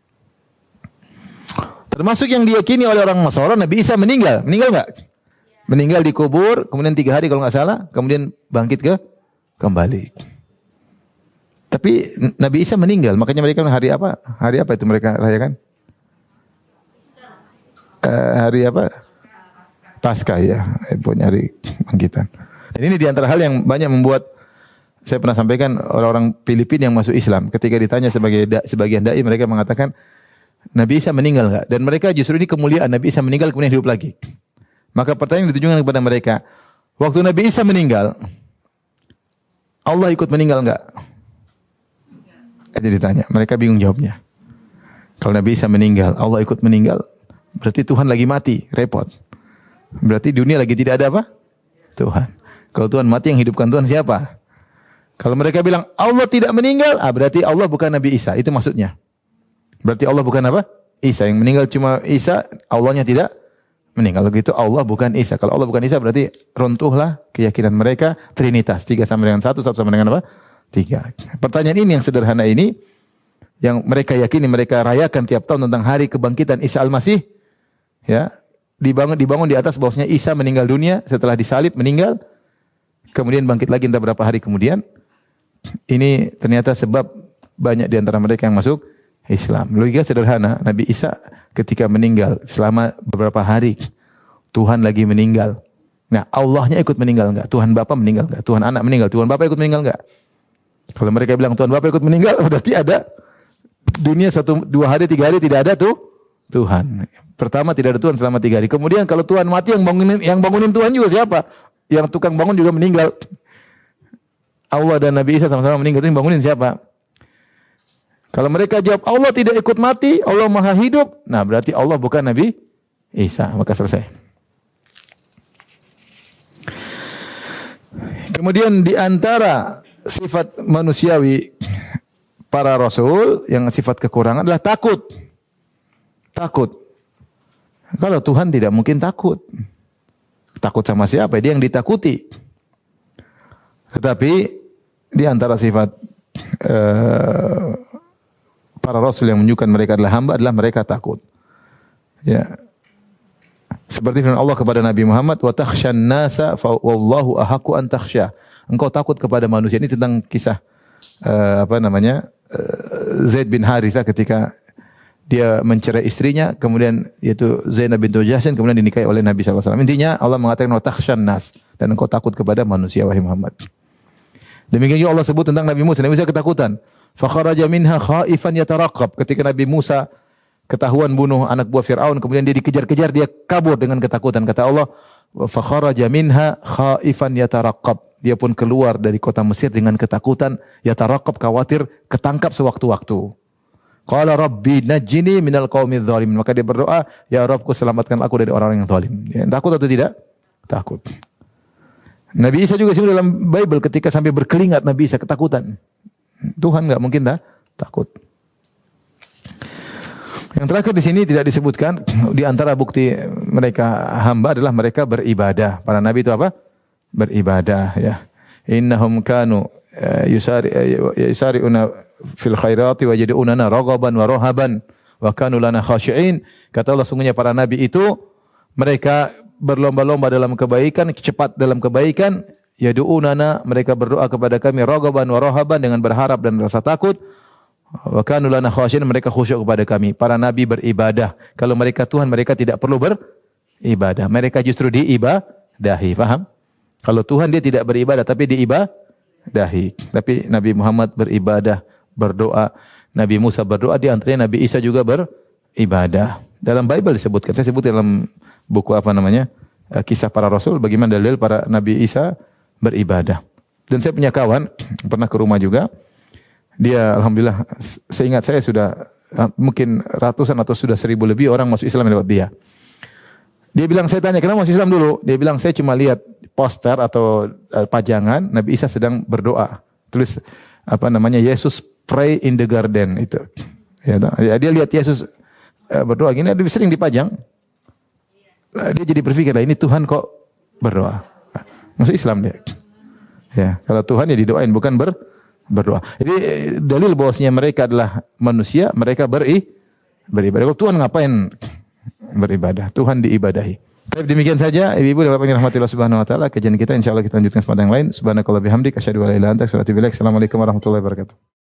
Termasuk yang diyakini oleh orang Nasara, Nabi Isa meninggal. Meninggal enggak? Meninggal dikubur, kemudian tiga hari kalau nggak salah, kemudian bangkit ke kembali. Tapi Nabi Isa meninggal, makanya mereka hari apa? Hari apa itu mereka rayakan? Uh, hari apa? Paskah ya, punya hari bangkitan. Dan ini diantara hal yang banyak membuat, saya pernah sampaikan, orang-orang Filipina yang masuk Islam, ketika ditanya sebagai da, sebagian dai, mereka mengatakan Nabi Isa meninggal enggak? Dan mereka justru ini kemuliaan, Nabi Isa meninggal kemudian hidup lagi. Maka pertanyaan yang ditujukan kepada mereka, waktu Nabi Isa meninggal, Allah ikut meninggal enggak? Jadi ditanya, mereka bingung jawabnya. Kalau Nabi Isa meninggal, Allah ikut meninggal, berarti Tuhan lagi mati, repot. Berarti dunia lagi tidak ada apa? Tuhan. Kalau Tuhan mati, yang hidupkan Tuhan siapa? Kalau mereka bilang Allah tidak meninggal, ah berarti Allah bukan Nabi Isa. Itu maksudnya. Berarti Allah bukan apa? Isa. Yang meninggal cuma Isa, Allahnya tidak meninggal. Begitu Allah bukan Isa. Kalau Allah bukan Isa berarti runtuhlah keyakinan mereka Trinitas. Tiga sama dengan satu, satu sama dengan apa? Tiga. Pertanyaan ini yang sederhana ini, yang mereka yakini, mereka rayakan tiap tahun tentang hari kebangkitan Isa Al-Masih, ya, dibangun dibangun di atas bahwasanya Isa meninggal dunia setelah disalib, meninggal, kemudian bangkit lagi entah berapa hari kemudian. Ini ternyata sebab banyak di antara mereka yang masuk Islam. Logika sederhana, Nabi Isa ketika meninggal selama beberapa hari, Tuhan lagi meninggal. Nah, Allahnya ikut meninggal enggak? Tuhan Bapa meninggal enggak? Tuhan Anak meninggal? Tuhan Bapa ikut meninggal enggak? Kalau mereka bilang Tuhan Bapa ikut meninggal, berarti ada dunia satu, dua hari, tiga hari tidak ada tuh Tuhan. Pertama tidak ada Tuhan selama tiga hari. Kemudian kalau Tuhan mati, yang bangunin, yang bangunin Tuhan juga siapa? Yang tukang bangun juga meninggal. Allah dan Nabi Isa sama-sama meninggal, itu yang bangunin siapa? Kalau mereka jawab Allah tidak ikut mati, Allah Maha hidup, nah berarti Allah bukan Nabi Isa, maka selesai. Kemudian di antara sifat manusiawi para rasul yang sifat kekurangan adalah takut. Takut. Kalau Tuhan tidak mungkin takut. Takut sama siapa? Dia yang ditakuti. Tetapi di antara sifat uh, para rasul yang menunjukkan mereka adalah hamba adalah mereka takut. Ya. Seperti firman Allah kepada Nabi Muhammad, "Wa takhshan nasa fa wallahu ahaqqu an takhsha." Engkau takut kepada manusia. Ini tentang kisah uh, apa namanya? Uh, Zaid bin Harithah ketika dia mencerai istrinya, kemudian yaitu Zainab bintu Jahsy, kemudian dinikahi oleh Nabi sallallahu alaihi wasallam. Intinya Allah mengatakan wa takhshan nas, dan engkau takut kepada manusia wahai Muhammad. Demikian juga Allah sebut tentang Nabi Musa. Nabi Musa ketakutan. Fa kharaja minha khaifan yataraqab. Ketika Nabi Musa ketahuan bunuh anak buah Fir'aun, kemudian dia dikejar-kejar, dia kabur dengan ketakutan. Kata Allah, fa kharaja minha khaifan yataraqab. Dia pun keluar dari kota Mesir dengan ketakutan, yataraqab, khawatir ketangkap sewaktu-waktu. Qala rabbi najjini minal qaumidz zalimin. Maka dia berdoa, ya Rabbku selamatkan aku dari orang-orang yang zalim. Ya, takut atau tidak? Takut. Nabi Isa juga disebut dalam Bible ketika sampai berkeringat Nabi Isa ketakutan. Tuhan enggak mungkin tak takut. Yang terakhir di sini tidak disebutkan, di antara bukti mereka hamba adalah mereka beribadah. Para nabi itu apa? Beribadah, ya. Innahum kanu yusari yusariuna fil khairati wa yad'unana raghaban wa rahaban wa kanu lana khashi'in. Kata Allah, sungguhnya para nabi itu mereka berlomba-lomba dalam kebaikan, cepat dalam kebaikan, yad'unana, mereka berdoa kepada kami raghaban wa rahaban, dengan berharap dan rasa takut. Wa kanu lana khashi'in, mereka khusyuk kepada kami. Para nabi beribadah. Kalau mereka Tuhan, mereka tidak perlu beribadah. Mereka justru diibadahi, paham? Kalau Tuhan dia tidak beribadah tapi diibadahi. Tapi Nabi Muhammad beribadah, berdoa. Nabi Musa berdoa, di antaranya Nabi Isa juga beribadah. Dalam Bible disebutkan, saya sebut dalam buku apa namanya? Kisah para Rasul, bagaimana dalil para Nabi Isa beribadah. Dan saya punya kawan, pernah ke rumah juga. Dia alhamdulillah, seingat saya sudah mungkin ratusan atau sudah seribu lebih orang masuk Islam lewat dia. Dia bilang, saya tanya, kenapa masuk Islam dulu? Dia bilang, saya cuma lihat poster atau uh, pajangan Nabi Isa sedang berdoa. Tulis apa namanya, Yesus pray in the garden itu. Ya, dia lihat Yesus uh, berdoa gini, dia sering dipajang. dia jadi berpikir, lah ini Tuhan kok berdoa. Masuk Islam dia. Ya, kalau Tuhan ya didoain bukan ber, berdoa. Jadi dalil bahwasanya mereka adalah manusia, mereka beri beribadah. Kalau Tuhan ngapain beribadah? Tuhan diibadahi. Baik, demikian saja ibu-ibu dan bapak yang rahmati Allah Subhanahu wa taala. Kajian kita insyaallah kita lanjutkan kesempatan yang lain. Subhanakallah bihamdik asyhadu an la ilaha illa anta astaghfiruka wa atubu ilaik. Assalamualaikum warahmatullahi wabarakatuh.